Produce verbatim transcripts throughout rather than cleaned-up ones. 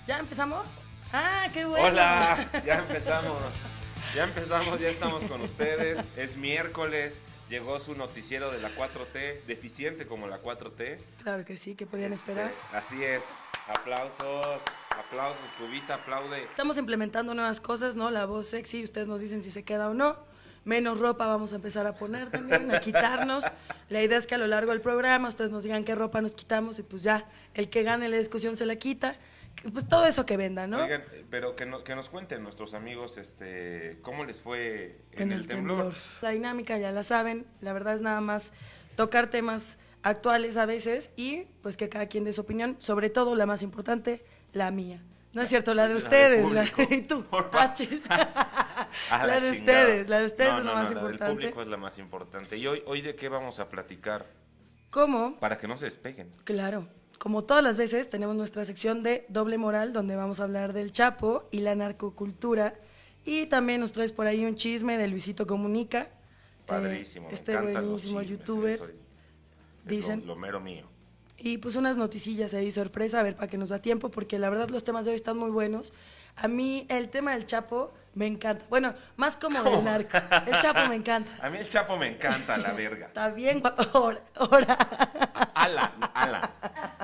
¿Ya empezamos? Ah, qué bueno. Hola, ya empezamos. Ya empezamos, ya estamos con ustedes. Es miércoles, llegó su noticiero de la cuatro T, deficiente como la cuatro T. Claro que sí, que podían Este, esperar. Así es. Aplausos, aplausos, Cubita, aplaude. Estamos implementando nuevas cosas, ¿no? La voz sexy, ustedes nos dicen si se queda o no. Menos ropa vamos a empezar a poner también, a quitarnos. La idea es que a lo largo del programa ustedes nos digan qué ropa nos quitamos y pues ya, el que gane la discusión se la quita. Pues todo eso que venda, ¿no? Oigan, pero que, no, que nos cuenten nuestros amigos este, cómo les fue en, En el, el temblor. temblor. La dinámica ya la saben, la verdad es nada más tocar temas actuales a veces y pues que cada quien dé su opinión, sobre todo la más importante, la mía. No es cierto, la de La ustedes, del la público. de tú, Por Pachis. Ah, La la de chingada. ustedes, la de ustedes No, es no, la más no, la del importante. público es la más importante. ¿Y hoy, hoy de qué vamos a platicar? ¿Cómo? Para que no se despeguen. Claro, como todas las veces tenemos nuestra sección de Doble Moral, donde vamos a hablar del Chapo y la narcocultura, y también nos traes por ahí un chisme de Luisito Comunica. Padrísimo, eh, me este encantan los buenísimo chismes, youtuber, eso es dicen. Lo, lo mero mío. Y pues unas noticias ahí, sorpresa, a ver, para que nos da tiempo, porque la verdad los temas de hoy están muy buenos. A mí el tema del Chapo me encanta. Bueno, más como del narco. El Chapo me encanta. A mí el Chapo me encanta, la verga. Está bien, ahora. ahora. Ala, ala.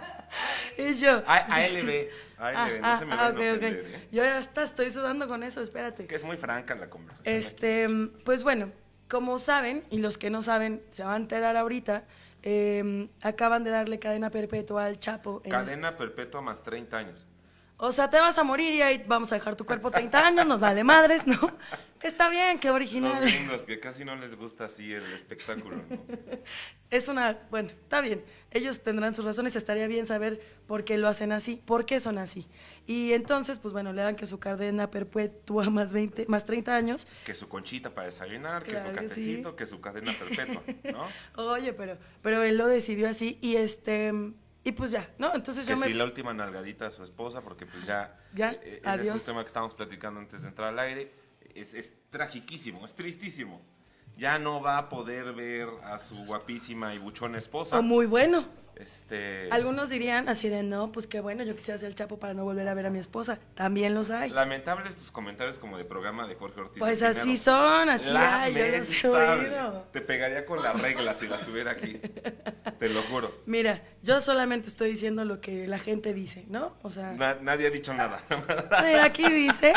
Y yo. A- ALB, ALB, no Ah, se me ah, vayan ok, a ok. ofender, ¿eh? Yo ya hasta estoy sudando con eso, espérate. Es que es muy franca la conversación. Este, pues bueno, como saben, y los que no saben se van a enterar ahorita, eh, acaban de darle cadena perpetua al Chapo. en Cadena perpetua más treinta años. O sea, te vas a morir y ahí vamos a dejar tu cuerpo treinta años, nos vale madres, ¿no? Está bien, qué original. Los gringos que casi no les gusta así el espectáculo, ¿no? Es una, bueno, está bien. Ellos tendrán sus razones, estaría bien saber por qué lo hacen así, por qué son así. Y entonces, pues bueno, le dan que su cadena perpetua más veinte, más treinta años. Que su conchita para desayunar, que Claro su que cafecito, sí. que su cadena perpetua, ¿no? Oye, pero, pero él lo decidió así y este, y pues ya, ¿no? Entonces Que yo me... sí, la última nalgadita a su esposa, porque pues ya, Ya, eh, eh, ese adiós. es un tema que estábamos platicando antes de entrar al aire, es, es tragiquísimo, es tristísimo. Ya no va a poder ver a su guapísima y buchona esposa. O muy bueno. Este, Algunos dirían así de, no, pues qué bueno, yo quisiera ser el Chapo para no volver a ver a mi esposa. También los hay. Lamentables tus comentarios como de programa de Jorge Ortiz. Pues de así Pinedo. son, así hay, yo los he Lamentable. oído. Te pegaría con la regla si la tuviera aquí. Te lo juro. Mira, yo solamente estoy diciendo lo que la gente dice, ¿no? O sea, Na- nadie ha dicho nada. mira, aquí dice.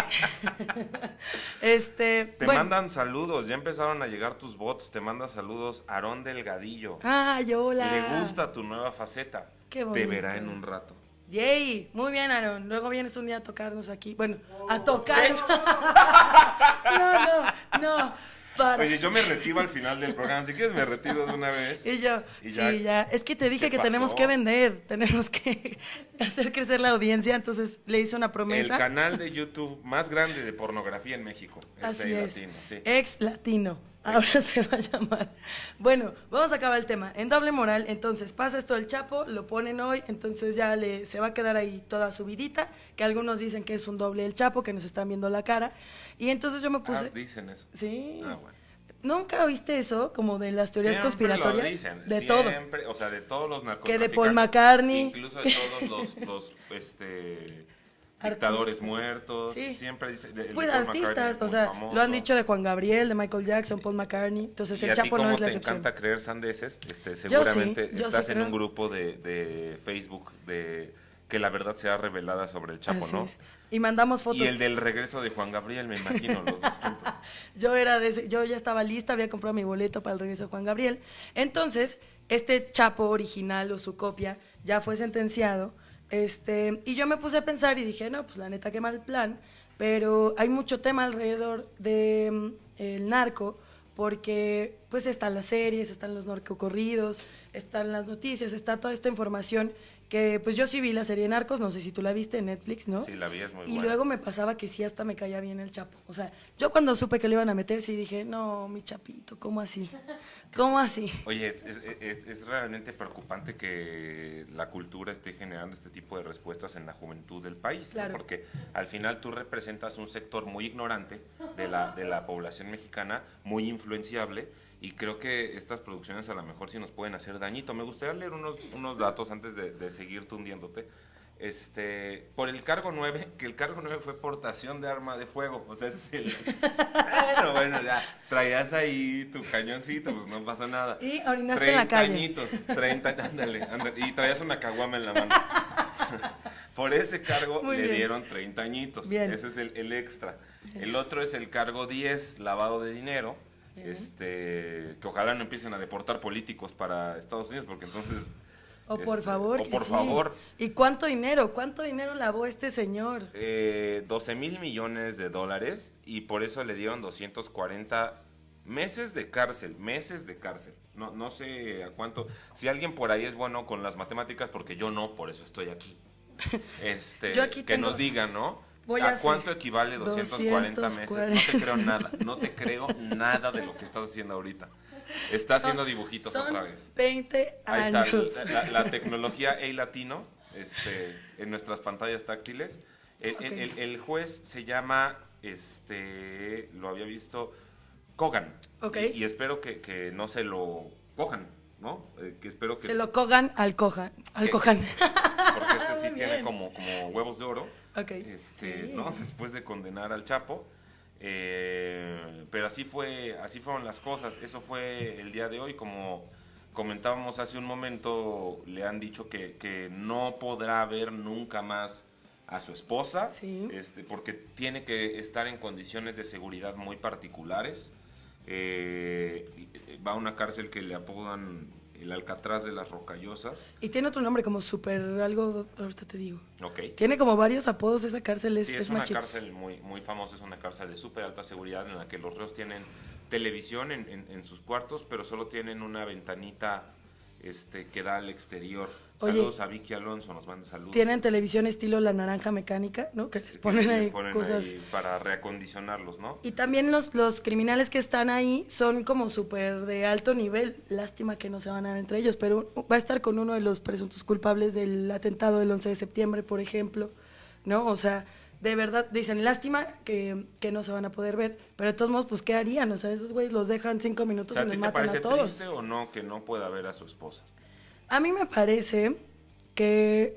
este, Te bueno. mandan saludos, ya empezaron a llegar tus bots. Te manda saludos Aarón Delgadillo. Ay, hola. Le gusta tu nueva faceta. Qué Te bonito. verá en un rato. Yay, muy bien, Aaron. Luego vienes un día a tocarnos aquí. Bueno, a tocar. no, no, no. Para. Oye, yo me retiro al final del programa. Si quieres, me retiro de una vez. Y yo, Y sí, ya. Es que te dije ¿qué que tenemos pasó? que vender, tenemos que hacer crecer la audiencia, entonces le hice una El promesa. canal de YouTube más grande de pornografía en México. Así Este es, Latino, sí. ex latino, ahora se va a llamar. Bueno, vamos a acabar el tema. En Doble Moral, entonces pasa esto del Chapo, lo ponen hoy, entonces ya le, se va a quedar ahí toda su vidita, que algunos dicen que es un doble del Chapo, que nos están viendo la cara. Y entonces yo me puse... Ah, dicen eso. Sí. Ah, bueno. ¿Nunca oíste eso? Como de las teorías Siempre conspiratorias. lo dicen, de todo. siempre, o sea, de todos los Que narcotraficantes. de Paul McCartney. Incluso de todos los, los este, dictadores Artistas. muertos. Sí. Siempre dicen. de- el de Pues Paul McCartney artistas, es o muy sea, famoso. lo han dicho de Juan Gabriel, de Michael Jackson, Paul McCartney, entonces Y el a ti, Chapo no como es la te excepción. encanta creer sandeces, este, sí, seguramente yo estás sí en creo. un grupo de, de Facebook de que la verdad sea revelada sobre el Chapo, Así ¿no? es. Y mandamos fotos. Y el del regreso de Juan Gabriel, me imagino, los dos juntos. Yo era de ese- yo ya estaba lista, había comprado mi boleto para el regreso de Juan Gabriel. Entonces, este Chapo original o su copia ya fue sentenciado. Este, y yo me puse a pensar y dije, no, pues la neta, qué mal plan. Pero hay mucho tema alrededor de mm, el narco, porque pues están las series, están los narcocorridos, están las noticias, está toda esta información que pues yo sí vi la serie Narcos, no sé si tú la viste en Netflix, ¿no? Sí, la vi, es muy Y buena. luego me pasaba que sí hasta me caía bien el Chapo. O sea, yo cuando supe que lo iban a meter sí dije, no, mi Chapito, ¿cómo así? ¿Cómo así? Oye, es, es, es, es realmente preocupante que la cultura esté generando este tipo de respuestas en la juventud del país, ¿no? Claro. Porque al final tú representas un sector muy ignorante de la, de la población mexicana, muy influenciable, y creo que estas producciones a lo mejor sí nos pueden hacer dañito. Me gustaría leer unos, unos datos antes de, de seguir tundiéndote. este, por el cargo nueve, que el cargo nueve fue portación de arma de fuego, o sea, es el, bueno, bueno, ya, traías ahí tu cañoncito, pues no pasa nada. Y orinaste en la calle. treinta añitos, treinta, ándale, ándale, y traías una caguama en la mano. Por ese cargo Muy le bien. dieron treinta añitos, Bien. ese es el, el extra. El otro es el cargo diez, lavado de dinero, este, que ojalá no empiecen a deportar políticos para Estados Unidos, porque entonces... O por este, favor. o que por sí. favor. ¿Y cuánto dinero? ¿Cuánto dinero lavó este señor? Eh, doce mil millones de dólares y por eso le dieron doscientos cuarenta meses de cárcel, meses de cárcel. No, no sé a cuánto. Si alguien por ahí es bueno con las matemáticas, porque yo no, por eso estoy aquí. Este, Yo aquí que tengo- nos digan, ¿no? Voy ¿A a cuánto hacer equivale doscientos cuarenta meses? No te doscientos creo nada, no te creo nada de lo que estás haciendo ahorita. Está haciendo dibujitos Son otra vez. veinte Ahí años. está, la, la tecnología A-Latino este, en nuestras pantallas táctiles. El, Ok. el- el- el juez se llama, este, lo había visto, Kogan. Ok. Y, y espero que, que no se lo cojan, ¿no? Eh, que espero que... Se lo cogan al cojan. Al que- cojan. Porque este sí Muy tiene bien. como, como huevos de oro. Ok. Este, Sí. ¿no? Después de condenar al Chapo. Eh, pero así fue, así fueron las cosas. Eso fue el día de hoy. Como comentábamos hace un momento, le han dicho que, que no podrá ver nunca más a su esposa, Sí. este, porque tiene que estar en condiciones de seguridad muy particulares. Eh, va a una cárcel que le apodan el Alcatraz de las Rocallosas. Y tiene otro nombre como super algo, ahorita te digo. Ok. Tiene como varios apodos esa cárcel, es, Sí, es es una machito. cárcel muy, muy famosa, es una cárcel de súper alta seguridad en la que los reos tienen televisión en, en- en sus cuartos, pero solo tienen una ventanita este, que da al exterior. Oye. Saludos a Vicky Alonso, nos manda saludos. Tienen televisión estilo La Naranja Mecánica, ¿no? Que les Que ponen les ahí ponen cosas. ahí para reacondicionarlos, ¿no? Y también los, los criminales que están ahí son como súper de alto nivel. Lástima que no se van a dar entre ellos, pero va a estar con uno de los presuntos culpables del atentado del once de septiembre, por ejemplo, ¿no? O sea, de verdad, dicen, lástima que, que no se van a poder ver, pero de todos modos, pues, ¿qué harían? O sea, esos güeyes los dejan cinco O minutos sea, y ¿a los ti te matan parece a todos. triste o no que no pueda ver a su esposa? A mí me parece que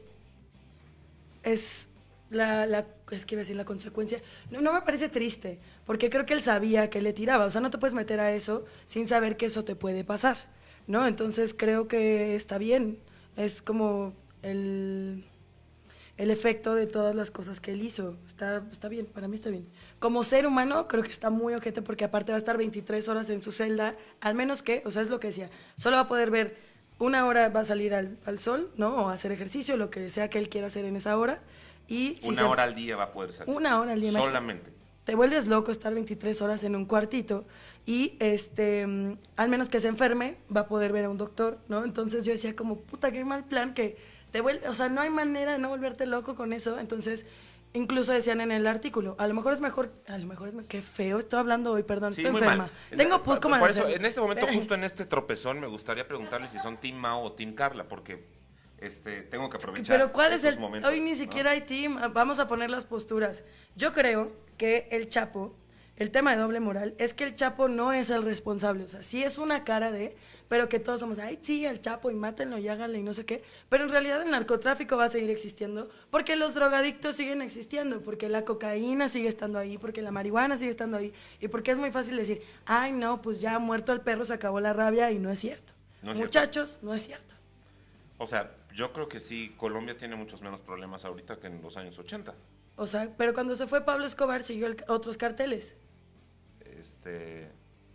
es la, la es que iba a decir la consecuencia. No, no me parece triste, porque creo que él sabía que le tiraba. O sea, no te puedes meter a eso sin saber que eso te puede pasar, ¿no? Entonces creo que está bien. Es como el, el efecto de todas las cosas que él hizo. Está, está bien, para mí está bien. Como ser humano, creo que está muy ojete, porque aparte va a estar veintitrés horas en su celda, al menos que, o sea, es lo que decía, solo va a poder ver una hora, va a salir al, al sol, ¿no? O hacer ejercicio, lo que sea que él quiera hacer en esa hora. Y si Una se- hora al día va a poder salir. Una hora al día. imagínate. Solamente. Te vuelves loco estar veintitrés horas en un cuartito y este mm, al menos que se enferme va a poder ver a un doctor, ¿no? Entonces yo decía como, puta, qué mal plan que te vuelve, o sea, no hay manera de no volverte loco con eso. Entonces, incluso decían en el artículo, a lo mejor es mejor, a lo mejor es me- qué feo, estoy hablando hoy, perdón, Sí, estoy muy enferma. mal. Tengo Na- pus como Por la eso, de- en este momento, justo en este tropezón, me gustaría preguntarle si son Team Mao o Team Carla, porque este, tengo que aprovechar Pero ¿cuál es estos el...? momentos, Hoy ni ¿no? siquiera hay team. Vamos a poner las posturas. Yo creo que el Chapo, el tema de doble moral, es que el Chapo no es el responsable. O sea, sí es una cara de... Pero que todos somos, ay, sí, el Chapo, y mátenlo, y háganle, y no sé qué. Pero en realidad el narcotráfico va a seguir existiendo, porque los drogadictos siguen existiendo, porque la cocaína sigue estando ahí, porque la marihuana sigue estando ahí, y porque es muy fácil decir, ay, no, pues ya muerto el perro, se acabó la rabia, y no es cierto. No es Muchachos, no es cierto. O sea, yo creo que sí, Colombia tiene muchos menos problemas ahorita que en los años ochenta. O sea, pero cuando se fue Pablo Escobar siguió el- otros carteles. Este,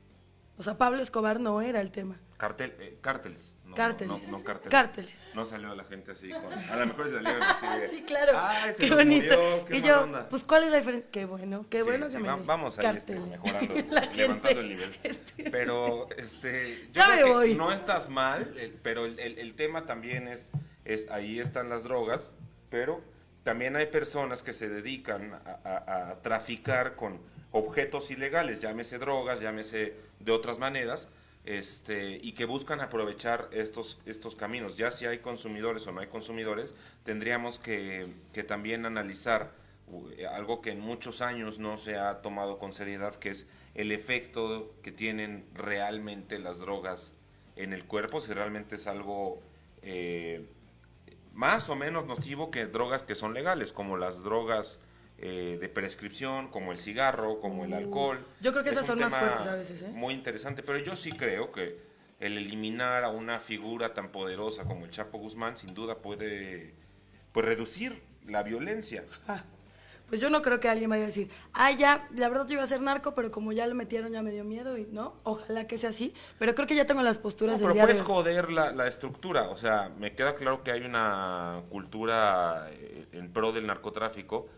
O sea, Pablo Escobar no era el tema. cartel, eh, cárteles. No, Cárteles. No, no cárteles. Cárteles. No salió la gente así con... A lo mejor salieron así de... Sí, claro. Ay, se Qué nos bonito. murió, qué y mala yo, onda. pues, ¿cuál es la diferencia? Qué bueno, qué Sí, bueno sí, que me va- di. vamos ahí este, Cárteles. mejorando, La levantando gente, el nivel. este, Pero, este, yo Ya creo me que voy. no estás mal, eh, pero el, el- el tema también es, es, ahí están las drogas, pero también hay personas que se dedican a, a- a traficar con objetos ilegales, llámese drogas, llámese de otras maneras, este, y que buscan aprovechar estos, estos caminos. Ya si hay consumidores o no hay consumidores, tendríamos que, que también analizar uh, algo que en muchos años no se ha tomado con seriedad, que es el efecto que tienen realmente las drogas en el cuerpo, si realmente es algo eh, más o menos nocivo que drogas que son legales, como las drogas eh, de prescripción, como el cigarro, como uh, el alcohol. Yo creo que es esas son más fuertes a veces, ¿eh? Muy interesante, pero yo sí creo que el eliminar a una figura tan poderosa como el Chapo Guzmán sin duda puede pues, reducir la violencia. Ah. Pues yo no creo que alguien vaya a decir, ah, ya, la verdad yo iba a ser narco, pero como ya lo metieron ya me dio miedo y no, ojalá que sea así, pero creo que ya tengo las posturas no, del pero día puedes de... joder la, la estructura, o sea, me queda claro que hay una cultura en pro del narcotráfico,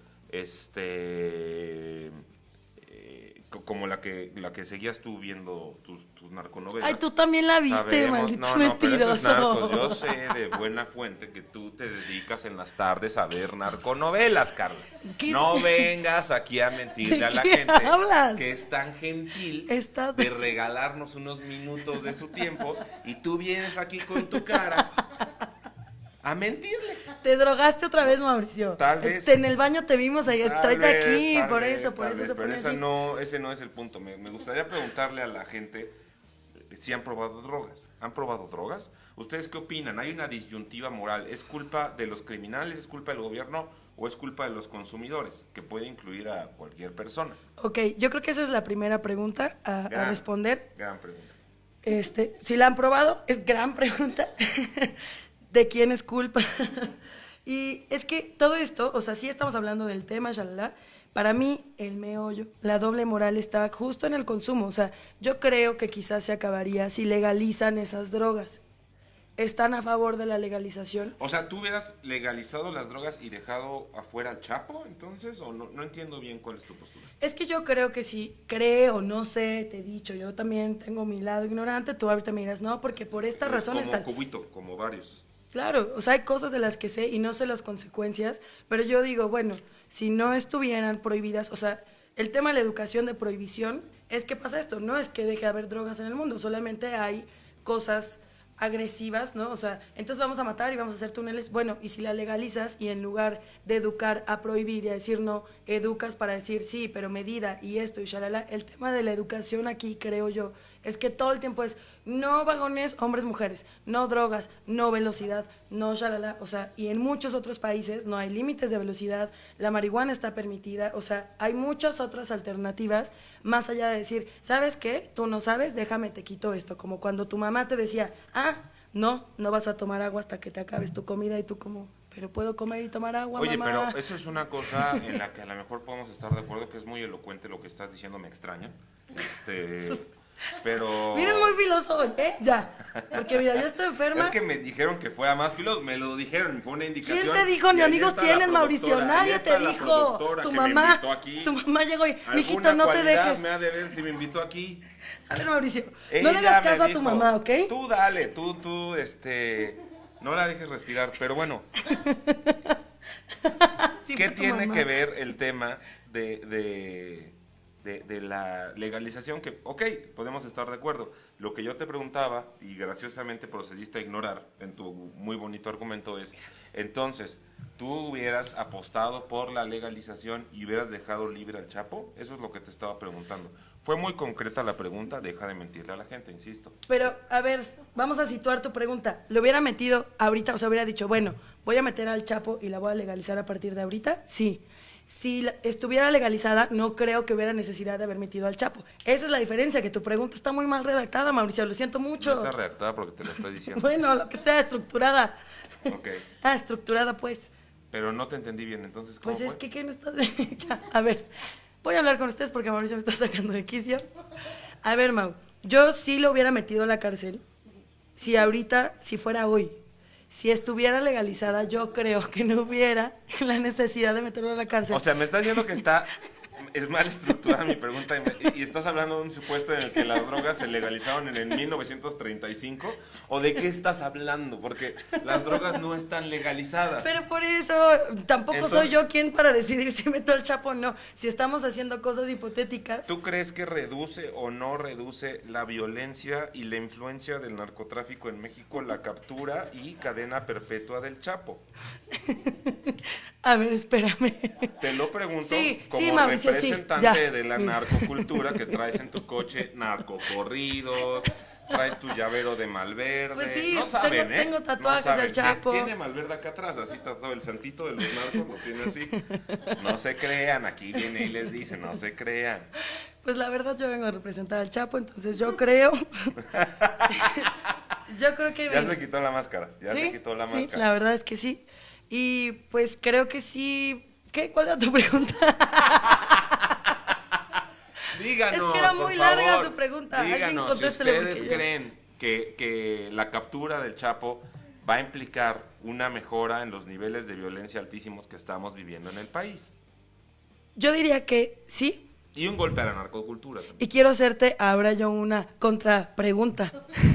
este... como la que la que seguías tú viendo tus, tus narconovelas. Ay, tú también la viste, Sabemos, maldito no, no, mentiroso. Pero eso es narcos. Yo sé de buena fuente que tú te dedicas en las tardes a ver narconovelas, Carla. ¿Qué? No vengas aquí a mentirle a la gente hablas? Que es tan gentil Está de regalarnos unos minutos de su tiempo y tú vienes aquí con tu cara a mentirle. Te drogaste otra vez, Mauricio. Tal vez. En el baño te vimos ahí, tráete vez, aquí, por vez, eso, por eso vez, se pero pone esa así. no, ese no es el punto. Me, me gustaría preguntarle a la gente si han probado drogas. ¿Han probado drogas? ¿Ustedes qué opinan? Hay una disyuntiva moral. ¿Es culpa de los criminales, es culpa del gobierno o es culpa de los consumidores? Que puede incluir a cualquier persona. Ok, yo creo que esa es la primera pregunta a, gran, a responder. Gran pregunta. Este, si la han probado, es gran pregunta. ¿De quién es culpa? Y es que todo esto, o sea, sí estamos hablando del tema, shalala, para mí el meollo, la doble moral está justo en el consumo. O sea, yo creo que quizás se acabaría si legalizan esas drogas. ¿Están a favor de la legalización? O sea, ¿tú hubieras legalizado las drogas y dejado afuera al Chapo, entonces? ¿O no, no entiendo bien cuál es tu postura? Es que yo creo que sí, creo, no sé, te he dicho, yo también tengo mi lado ignorante, tú ahorita me dirás, no, porque por esta razón como están... Como cubito, como varios. Claro, o sea, hay cosas de las que sé y no sé las consecuencias, pero yo digo, bueno, si no estuvieran prohibidas, o sea, el tema de la educación de prohibición es que pasa esto, no es que deje de haber drogas en el mundo, solamente hay cosas agresivas, ¿no? O sea, entonces vamos a matar y vamos a hacer túneles, bueno, y si la legalizas y en lugar de educar a prohibir y a decir no, educas para decir sí, pero medida y esto y shalala, el tema de la educación aquí, creo yo, es que todo el tiempo es no vagones, hombres, mujeres, no drogas, no velocidad, no shalala, o sea, y en muchos otros países no hay límites de velocidad, la marihuana está permitida, o sea, hay muchas otras alternativas más allá de decir, ¿sabes qué? Tú no sabes, déjame te quito esto, como cuando tu mamá te decía, ah, no, no vas a tomar agua hasta que te acabes tu comida y tú como, pero puedo comer y tomar agua, Oye, mamá. pero eso es una cosa en la que a lo mejor podemos estar de acuerdo, que es muy elocuente lo que estás diciendo, me extraña, este... Pero... Mira, es muy filósofo, ¿eh? Ya. Porque mira, yo estoy enferma. Es que me dijeron que fuera más filos, me lo dijeron, fue una indicación. ¿Quién te dijo? Ni amigos tienes, Mauricio, nadie te dijo. Tu mamá, tu mamá llegó y, mijito, no te dejes. Me ha de ver si me invitó aquí. A ver, Mauricio, no le hagas caso a tu mamá, ¿ok? Tú dale, tú, tú, este, no la dejes respirar, pero bueno. Sí, ¿qué tiene mamá. que ver el tema de... de De, de la legalización? Que, ok, podemos estar de acuerdo. Lo que yo te preguntaba, y graciosamente procediste a ignorar en tu muy bonito argumento, es, Gracias. entonces, ¿tú hubieras apostado por la legalización y hubieras dejado libre al Chapo? Eso es lo que te estaba preguntando. Fue muy concreta la pregunta, deja de mentirle a la gente, insisto. Pero, a ver, vamos a situar tu pregunta. ¿Le hubiera metido ahorita, o sea, hubiera dicho, bueno, voy a meter al Chapo y la voy a legalizar a partir de ahorita? Sí. Si estuviera legalizada, no creo que hubiera necesidad de haber metido al Chapo. Esa es la diferencia, que tu pregunta está muy mal redactada, Mauricio, lo siento mucho. No está redactada porque te lo estoy diciendo. Bueno, lo que sea, estructurada. Ok. Ah, estructurada, pues. Pero no te entendí bien, entonces, ¿cómo Pues es fue? que, ¿qué no estás...? Ya, a ver, voy a hablar con ustedes porque Mauricio me está sacando de quicio. A ver, Mau, yo sí lo hubiera metido a la cárcel si ahorita, si fuera hoy. Si estuviera legalizada, yo creo que no hubiera la necesidad de meterlo a la cárcel. O sea, me estás diciendo que está es mal estructurada mi pregunta y, me, y estás hablando de un supuesto en el que las drogas se legalizaron en el mil novecientos treinta y cinco, ¿o de qué estás hablando? Porque las drogas no están legalizadas. Pero por eso tampoco Entonces, soy yo quien para decidir si meto al Chapo o no. Si estamos haciendo cosas hipotéticas. ¿Tú crees que reduce o no reduce la violencia y la influencia del narcotráfico en México la captura y cadena perpetua del Chapo? A ver, espérame. Te lo pregunto sí, como sí, Mauricio, representante sí, de la narcocultura que traes en tu coche, narcocorridos, traes tu llavero de Malverde. Pues sí, no saben, tengo, ¿eh? tengo tatuajes no saben. del Chapo. Tiene Malverde acá atrás, así tatuado. El santito de los narcos lo tiene así. No se crean, aquí viene y les dice, no se crean. Pues la verdad yo vengo a representar al Chapo, entonces yo creo... yo creo que... Ya se quitó la máscara, ya ¿Sí? se quitó la Sí, máscara. la verdad es que sí. Y pues creo que sí... ¿Qué? ¿Cuál era tu pregunta? Díganos, es que era muy por larga favor, su pregunta. Alguien Díganos si contéstele ustedes porque yo- creen que, que la captura del Chapo va a implicar una mejora en los niveles de violencia altísimos que estamos viviendo en el país. Yo diría que sí. Y un golpe a la narcocultura también. Y quiero hacerte ahora yo una contrapregunta.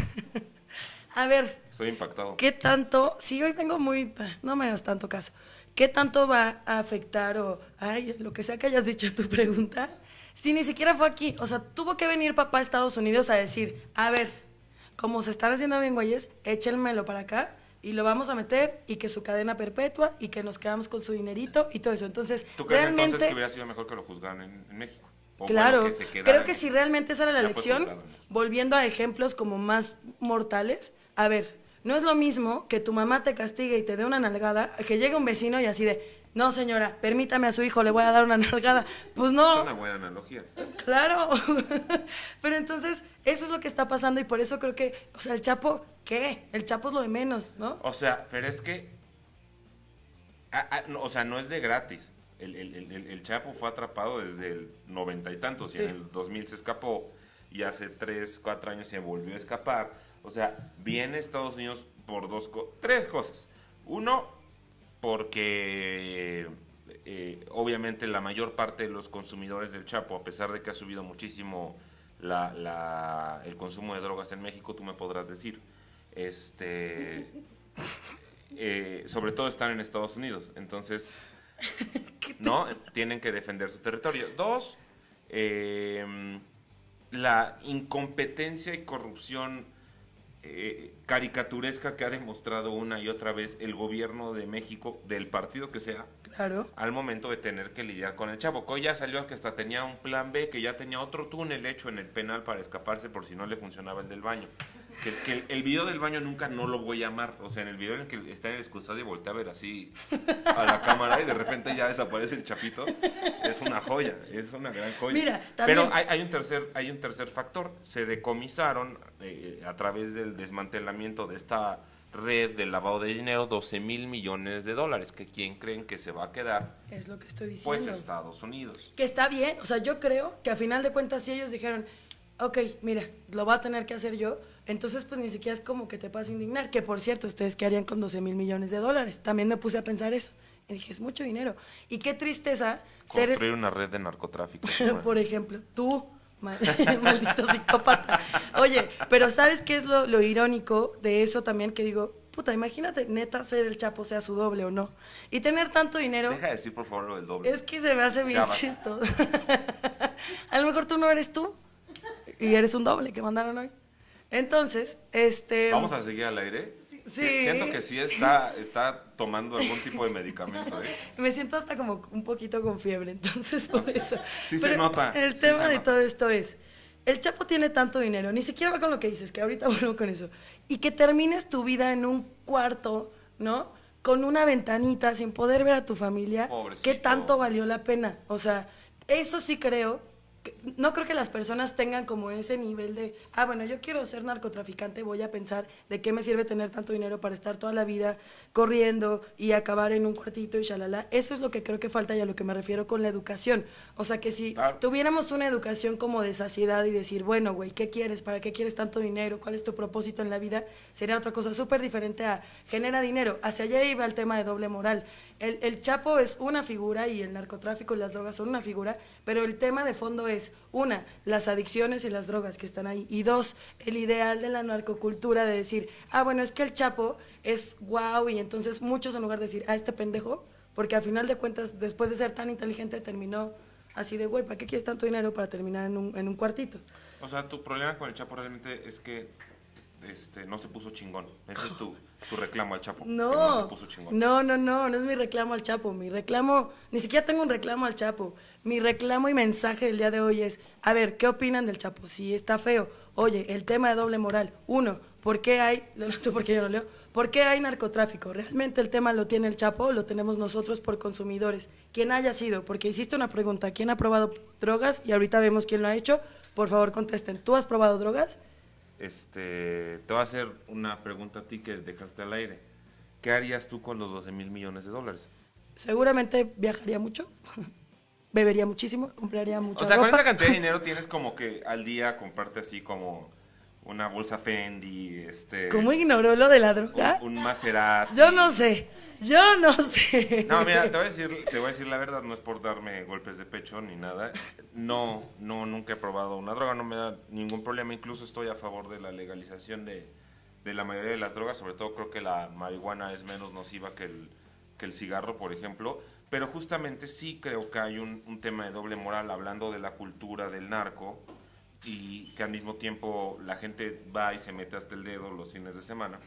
A ver, Estoy impactado. ¿qué tanto? Sí, hoy vengo muy... No me hagas tanto caso. ¿Qué tanto va a afectar o... Ay, lo que sea que hayas dicho en tu pregunta, si ni siquiera fue aquí? O sea, tuvo que venir papá a Estados Unidos a decir, a ver, como se están haciendo bien güeyes, échenmelo para acá y lo vamos a meter y que su cadena perpetua y que nos quedamos con su dinerito y todo eso. Entonces, ¿Tú crees realmente... entonces que hubiera sido mejor que lo juzgaran en, en México? O Claro, bueno, que se quedara creo que en- si realmente esa era la Ya fue lección, juzgado, ¿no? volviendo a ejemplos como más mortales, a ver, no es lo mismo que tu mamá te castigue y te dé una nalgada, a que llegue un vecino y así de, no señora, permítame a su hijo, le voy a dar una nalgada. Pues Es no, una buena analogía. claro. Pero entonces, eso es lo que está pasando y por eso creo que, o sea, el Chapo, ¿qué? El Chapo es lo de menos, ¿no? O sea, pero es que, ah, ah, no, o sea, no es de gratis. El, el- el- el- el Chapo fue atrapado desde el noventa y tantos y Sí. en el dos mil se escapó y hace tres, cuatro años se volvió a escapar. O sea, viene a Estados Unidos por dos, co- tres cosas. Uno, porque eh, obviamente la mayor parte de los consumidores del Chapo, a pesar de que ha subido muchísimo la, la- el consumo de drogas en México, tú me podrás decir, este, eh, sobre todo están en Estados Unidos, entonces, ¿no? Tienen que defender su territorio. Dos, eh, la incompetencia y corrupción eh, caricaturesca que ha demostrado una y otra vez el gobierno de México, del partido que sea, Claro. al momento de tener que lidiar con el Chapo. Que hoy ya salió que hasta tenía un plan B, que ya tenía otro túnel hecho en el penal para escaparse por si no le funcionaba el del baño. Que, que el, el video del baño nunca no lo voy a amar. O sea, en el video en el que está en el excusado y voltea a ver así a la cámara y de repente ya desaparece el Chapito, es una joya, es una gran joya. Mira, también- Pero hay, hay un tercer, hay un tercer factor. Se decomisaron eh, a través del desmantelamiento de esta red de lavado de dinero doce mil millones de dólares. Que quién creen que se va a quedar, Es lo que estoy diciendo. pues Estados Unidos. Que está bien, o sea, yo creo que a final de cuentas si ellos dijeron, ok, mira, lo va a tener que hacer yo, entonces pues ni siquiera es como que te vas a indignar, que por cierto, ¿ustedes qué harían con doce mil millones de dólares? También me puse a pensar eso, y dije, es mucho dinero, y qué tristeza ser, Construir una red de narcotráfico. por ejemplo, tú, mal- maldito psicópata, oye, pero ¿sabes qué es lo, lo irónico de eso también? Que digo, puta, imagínate neta ser el Chapo, sea su doble o no, y tener tanto dinero... Deja de decir por favor lo del doble. Es que se me hace bien Ya va. chistoso. A lo mejor tú no eres tú y eres un doble que mandaron hoy. Entonces, este... Vamos a seguir al aire. Sí. Si- Siento que sí está, está tomando algún tipo de medicamento, ¿eh? Me siento hasta como un poquito con fiebre, entonces por eso. Sí se nota, El sí tema se de nota. todo esto es, el Chapo tiene tanto dinero, ni siquiera va con lo que dices, que ahorita vuelvo con eso, y que termines tu vida en un cuarto, ¿no? Con una ventanita, sin poder ver a tu familia, Pobrecito. ¿qué tanto valió la pena? O sea, eso sí creo, que- no creo que las personas tengan como ese nivel de, ah, bueno, yo quiero ser narcotraficante, voy a pensar de qué me sirve tener tanto dinero para estar toda la vida corriendo y acabar en un cuartito y shalala. Eso es lo que creo que falta y a lo que me refiero con la educación. O sea, que si Claro. tuviéramos una educación como de saciedad y decir, bueno, güey, ¿qué quieres? ¿Para qué quieres tanto dinero? ¿Cuál es tu propósito en la vida? Sería otra cosa súper diferente a genera dinero. Hacia allá iba el tema de doble moral. El, el Chapo es una figura y el narcotráfico y las drogas son una figura, pero el tema de fondo es, una, las adicciones y las drogas que están ahí, y dos, el ideal de la narcocultura de decir, ah, bueno, es que el Chapo es guau, y entonces muchos en lugar de decir, ah, este pendejo, porque al final de cuentas, después de ser tan inteligente, terminó así de, güey, ¿para qué quieres tanto dinero para terminar en un, en un cuartito? O sea, tu problema con el Chapo realmente es que este, no se puso chingón. Ese es tu, tu reclamo al Chapo. que no No, se puso chingón. no, no, no, no es mi reclamo al Chapo. Mi reclamo, ni siquiera tengo un reclamo al Chapo. Mi reclamo y mensaje del día de hoy es, a ver, ¿qué opinan del Chapo? Si está feo. Oye, el tema de doble moral. Uno, ¿por qué hay, tú porque yo no leo, ¿por qué hay narcotráfico? ¿Realmente el tema lo tiene el Chapo o lo tenemos nosotros por consumidores? Quien haya sido, porque hiciste una pregunta, ¿quién ha probado drogas? Y ahorita vemos quién lo ha hecho. Por favor, contesten. ¿Tú has probado drogas? Este, te voy a hacer una pregunta a ti que dejaste al aire. ¿Qué harías tú con los doce mil millones de dólares? Seguramente viajaría mucho, bebería muchísimo, compraría mucha O sea, ropa. con esa cantidad de dinero tienes como que al día comprarte así como una bolsa Fendi, este... ¿Cómo ignoró lo de la droga? Un, un Maserati. Yo no sé, yo no sé. No, mira, te voy a decir, te voy a decir la verdad, no es por darme golpes de pecho ni nada. No, no, nunca he probado una droga, no me da ningún problema. Incluso estoy a favor de la legalización de, de la mayoría de las drogas. Sobre todo creo que la marihuana es menos nociva que el, que el cigarro, por ejemplo. Pero justamente sí creo que hay un, un tema de doble moral hablando de la cultura del narco y que al mismo tiempo la gente va y se mete hasta el dedo los fines de semana.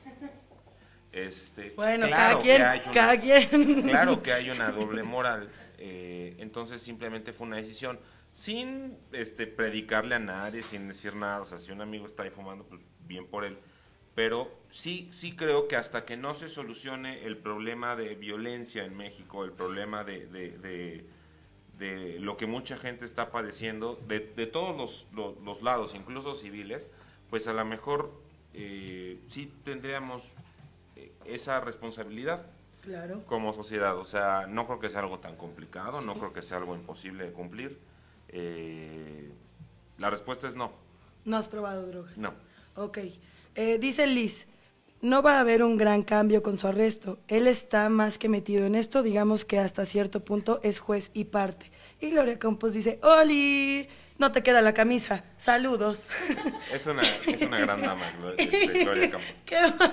Este, Bueno, claro cada quien, que hay una, cada quien. Claro que hay una doble moral, eh, entonces simplemente fue una decisión, sin este, predicarle a nadie, sin decir nada, o sea, si un amigo está ahí fumando, pues bien por él, pero sí, sí creo que hasta que no se solucione el problema de violencia en México, el problema de, de, de, de lo que mucha gente está padeciendo, de, de todos los, los, los lados, incluso civiles, pues a lo mejor eh, sí tendríamos esa responsabilidad, claro, como sociedad. O sea, no creo que sea algo tan complicado, sí. No creo que sea algo imposible de cumplir. Eh, la respuesta es no. ¿No has probado drogas? No. Ok. Eh, dice Liz, no va a haber un gran cambio con su arresto. Él está más que metido en esto, digamos que hasta cierto punto es juez y parte. Y Gloria Campos dice, ¡Oli! No te queda la camisa. Saludos. Es una, es una gran dama, este, Gloria Campos. Qué,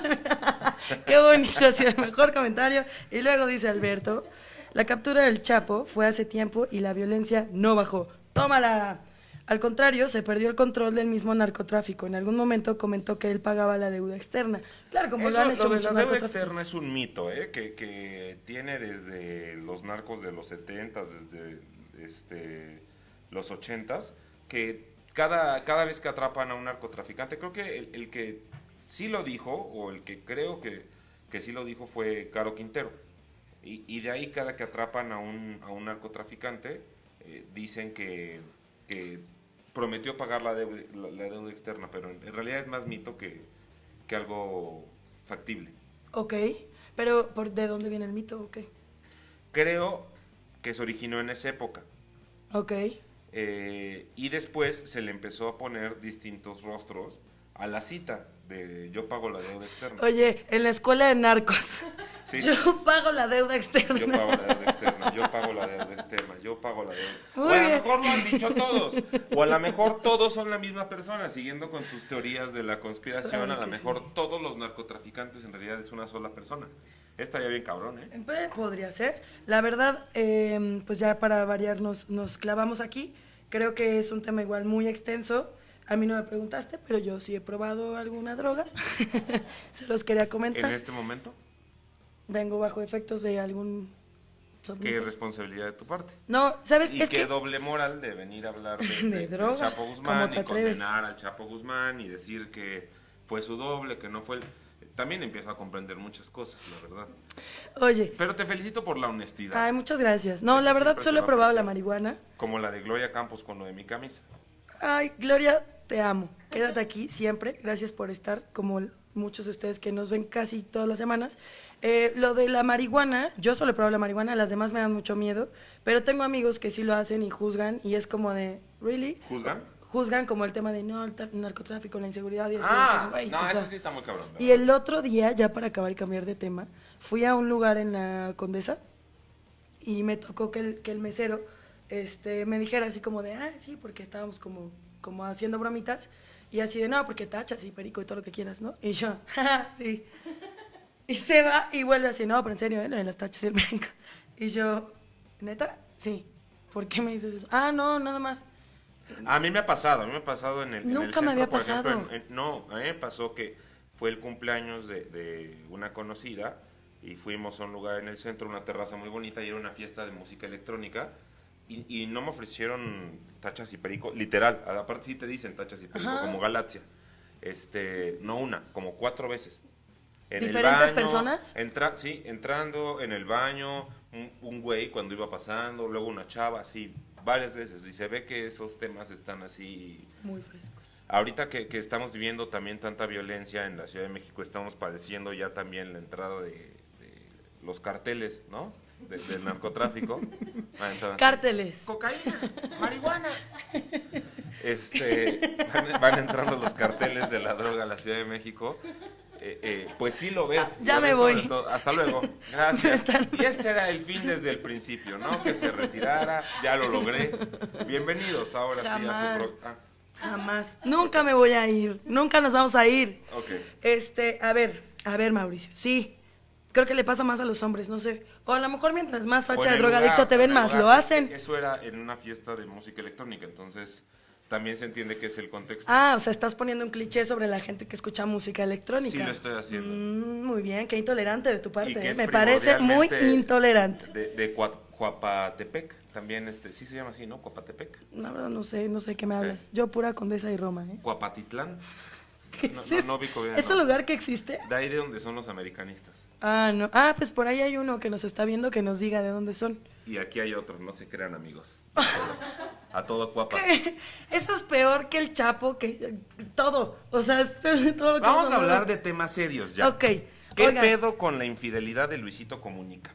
qué bonito, sí, el mejor comentario. Y luego dice Alberto, la captura del Chapo fue hace tiempo y la violencia no bajó. ¡Tómala! Al contrario, se perdió el control del mismo narcotráfico. En algún momento comentó que él pagaba la deuda externa. Claro, como Eso, lo han hecho lo de muchos la deuda narcotráficos. externa es un mito, ¿eh? que, que tiene desde los narcos de los setentas, desde este, los ochentas, que cada, cada vez que atrapan a un narcotraficante, creo que el, el que sí lo dijo, o el que creo que, que sí lo dijo fue Caro Quintero. Y, y de ahí cada que atrapan a un, a un narcotraficante, eh, dicen que, que prometió pagar la deuda, la, la deuda externa, pero en, en realidad es más mito que, que algo factible. Ok, pero ¿por ¿de dónde viene el mito? Okay. Creo que se originó en esa época. Ok. Eh, y después se le empezó a poner distintos rostros a la cita de yo pago la deuda externa. Oye, en la escuela de narcos, sí. Yo pago la deuda externa. Yo pago la deuda externa, yo pago la deuda externa, yo pago la deuda. Muy o a lo bien. mejor lo han dicho todos, o a lo mejor todos son la misma persona, siguiendo con tus teorías de la conspiración, Claro a lo que mejor sí. Todos los narcotraficantes en realidad es una sola persona. Estaría bien cabrón, ¿eh? Eh, Podría ser. La verdad, eh, pues ya para variar nos, nos clavamos aquí. Creo que es un tema igual muy extenso. A mí no me preguntaste, pero yo sí he probado alguna droga. Se los quería comentar. En este momento, Vengo bajo efectos de algún... qué responsabilidad de tu parte. No, ¿sabes? Y es qué que... doble moral de venir a hablar de, De de- del drogas, Chapo ¿cómo Guzmán te y atreves? condenar al Chapo Guzmán y decir que fue su doble, que no fue el... También empiezo a comprender muchas cosas, la verdad. Oye, Pero te felicito por la honestidad. ay, muchas gracias. No, Eso la verdad siempre solo se he va a probado la apreciar. marihuana. Como la de Gloria Campos con lo de mi camisa. Ay, Gloria, te amo. Quédate aquí siempre. Gracias por estar, como muchos de ustedes que nos ven casi todas las semanas. Eh, lo de la marihuana, yo solo he probado la marihuana, las demás me dan mucho miedo, pero tengo amigos que sí lo hacen y juzgan, y es como de, ¿really? ¿Juzgan? Juzgan como el tema de, no, el tar- narcotráfico, la inseguridad y así. Ah, pues, güey, no, o sea. ese sí está muy cabrón. la Y verdad. el otro día, ya para acabar y cambiar de tema, fui a un lugar en la Condesa y me tocó que el, que el mesero este, me dijera así como de, ah, sí, porque estábamos como, como haciendo bromitas, y así de, no, porque tachas y perico y todo lo que quieras, ¿no? Y yo, jaja, sí. Y se va y vuelve así, no, pero en serio, ¿eh? Lo de las tachas y el perico. Y yo, ¿neta? Sí. ¿Por qué me dices eso? Ah, no, nada más. A mí me ha pasado, a mí me ha pasado en el, en el Nunca me centro, había por ejemplo, pasado. en- en- no, a mí me pasó que fue el cumpleaños de, de una conocida y fuimos a un lugar en el centro, una terraza muy bonita y era una fiesta de música electrónica y, y no me ofrecieron tachas y perico, literal, aparte sí te dicen tachas y perico, Ajá. como Galaxia, este, no una, como cuatro veces. En ¿Diferentes el baño, personas? Entra, sí, entrando en el baño, un, un güey cuando iba pasando, luego una chava, así, varias veces, y se ve que esos temas están así... Muy frescos. Ahorita que, que estamos viviendo también tanta violencia en la Ciudad de México, estamos padeciendo ya también la entrada de, de los carteles, ¿no? De, del narcotráfico. Cárteles. Cocaína, marihuana. Este, van, van entrando los carteles de la droga a la Ciudad de México. Eh, eh, pues sí lo ves. Ah, ya lo me ves voy. sobre todo. Hasta luego. Gracias. Están- Y este era el fin desde el principio, ¿no? Que se retirara. Ya lo logré. Bienvenidos ahora sí a Jamás. su pro... ah, Jamás. Nunca me voy a ir. Nunca nos vamos a ir. ok. Este, a ver, a ver, Mauricio. Sí. Creo que le pasa más a los hombres, no sé. O a lo mejor mientras más O facha en de el drogadicto lugar, te en ven el más, lugar, lo hacen. Eso era en una fiesta de música electrónica, entonces también se entiende que es el contexto. Ah, o sea, estás poniendo un cliché sobre la gente que escucha música electrónica. Sí lo estoy haciendo. Mm, muy bien, qué intolerante de tu parte. Y que ¿eh? es Me parece muy primordialmente intolerante. De, de Cua- Cuapatepec, también este, sí se llama así, ¿no? Cuapatepec. La verdad no sé, no sé de qué me hablas. Yo pura Condesa y Roma, ¿eh? Cuapatitlán. ¿Qué No, es no, eso? no ubico bien, ¿Es no. un lugar que existe? De ahí de donde son los americanistas. Ah, no. Ah, pues por ahí hay uno que nos está viendo que nos diga de dónde son. Y aquí hay otros, no se crean amigos. A todo Cuapa. Eso es peor que el Chapo, que todo. O sea, es peor que todo lo que Vamos hemos a hablar hablado. de temas serios ya. Ok. ¿Qué Oigan, pedo con la infidelidad de Luisito Comunica?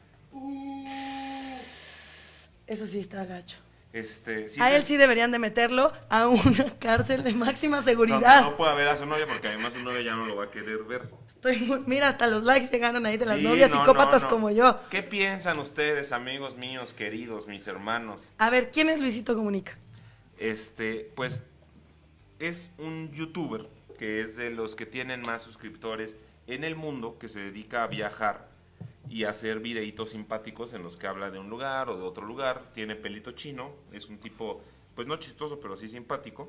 Eso sí está gacho. Este, sí A te- él sí deberían de meterlo a una cárcel de máxima No, seguridad. no puede ver a su novia porque además su novia ya no lo va a querer ver. Estoy muy- mira, hasta los likes llegaron ahí de las Sí, novias no, psicópatas no, no. como yo. ¿Qué piensan ustedes, amigos míos, queridos, mis hermanos? A ver, ¿quién es Luisito Comunica? Este, pues es un youtuber que es de los que tienen más suscriptores en el mundo, que se dedica a viajar y a hacer videitos simpáticos en los que habla de un lugar o de otro lugar. Tiene pelito chino, es un tipo, pues no chistoso, pero sí simpático.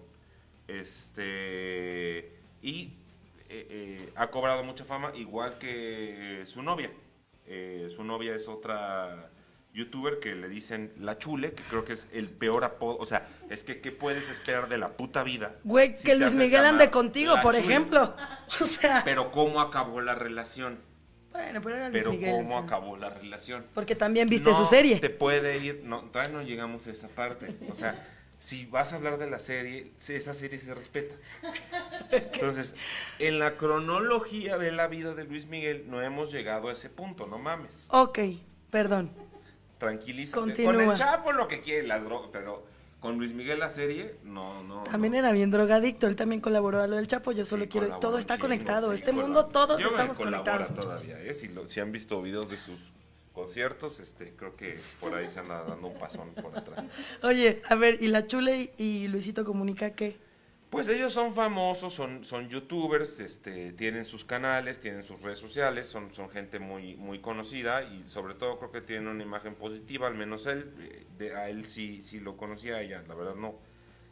Este, y eh, eh, ha cobrado mucha fama, igual que su novia. Eh, su novia es otra youtuber que le dicen La Chule, que creo que es el peor apodo. O sea, es que ¿qué puedes esperar de la puta vida? Güey, si que te Luis haces Miguel llamar ande contigo, La por Chule? ejemplo. O sea, Pero ¿cómo acabó la relación? bueno, pero era Luis Pero Miguel. ¿cómo o sea, acabó la relación? Porque también viste No su serie. te puede ir, no, todavía no llegamos a esa parte. O sea, si vas a hablar de la serie, sí, esa serie se respeta. Entonces, en la cronología de la vida de Luis Miguel no hemos llegado a ese punto, no mames. Ok, perdón. Tranquilízate. Continúa. Con el Chapo lo que quiere, las drogas, pero con Luis Miguel la serie, no, no. También no. era bien drogadicto, él también colaboró a lo del Chapo, yo solo Sí, quiero, colabora todo un está chingo, conectado, sí, este colabora. mundo todos Yo creo que estamos colabora conectados. todavía, ¿eh? Si, lo- si han visto videos de sus conciertos, este, creo que por ahí se anda dando un pasón por atrás. Oye, a ver, ¿y la Chule y, y Luisito Comunica qué? Pues ellos son famosos, son, son youtubers, este, tienen sus canales, tienen sus redes sociales, son, son gente muy, muy conocida y sobre todo creo que tienen una imagen positiva, al menos él, eh, de, a él sí, sí lo conocía, a ella la verdad no.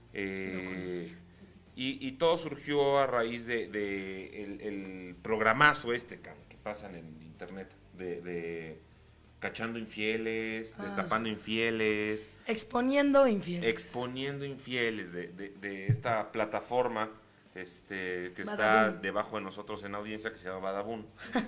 Eh, y, y todo surgió a raíz de, de el, el programazo este cabrón, que pasan en internet, de, de cachando infieles, Ah. destapando infieles, Exponiendo infieles. exponiendo infieles de, de, de esta plataforma este, que está Badabun. debajo de nosotros en audiencia, que se llama Badabun.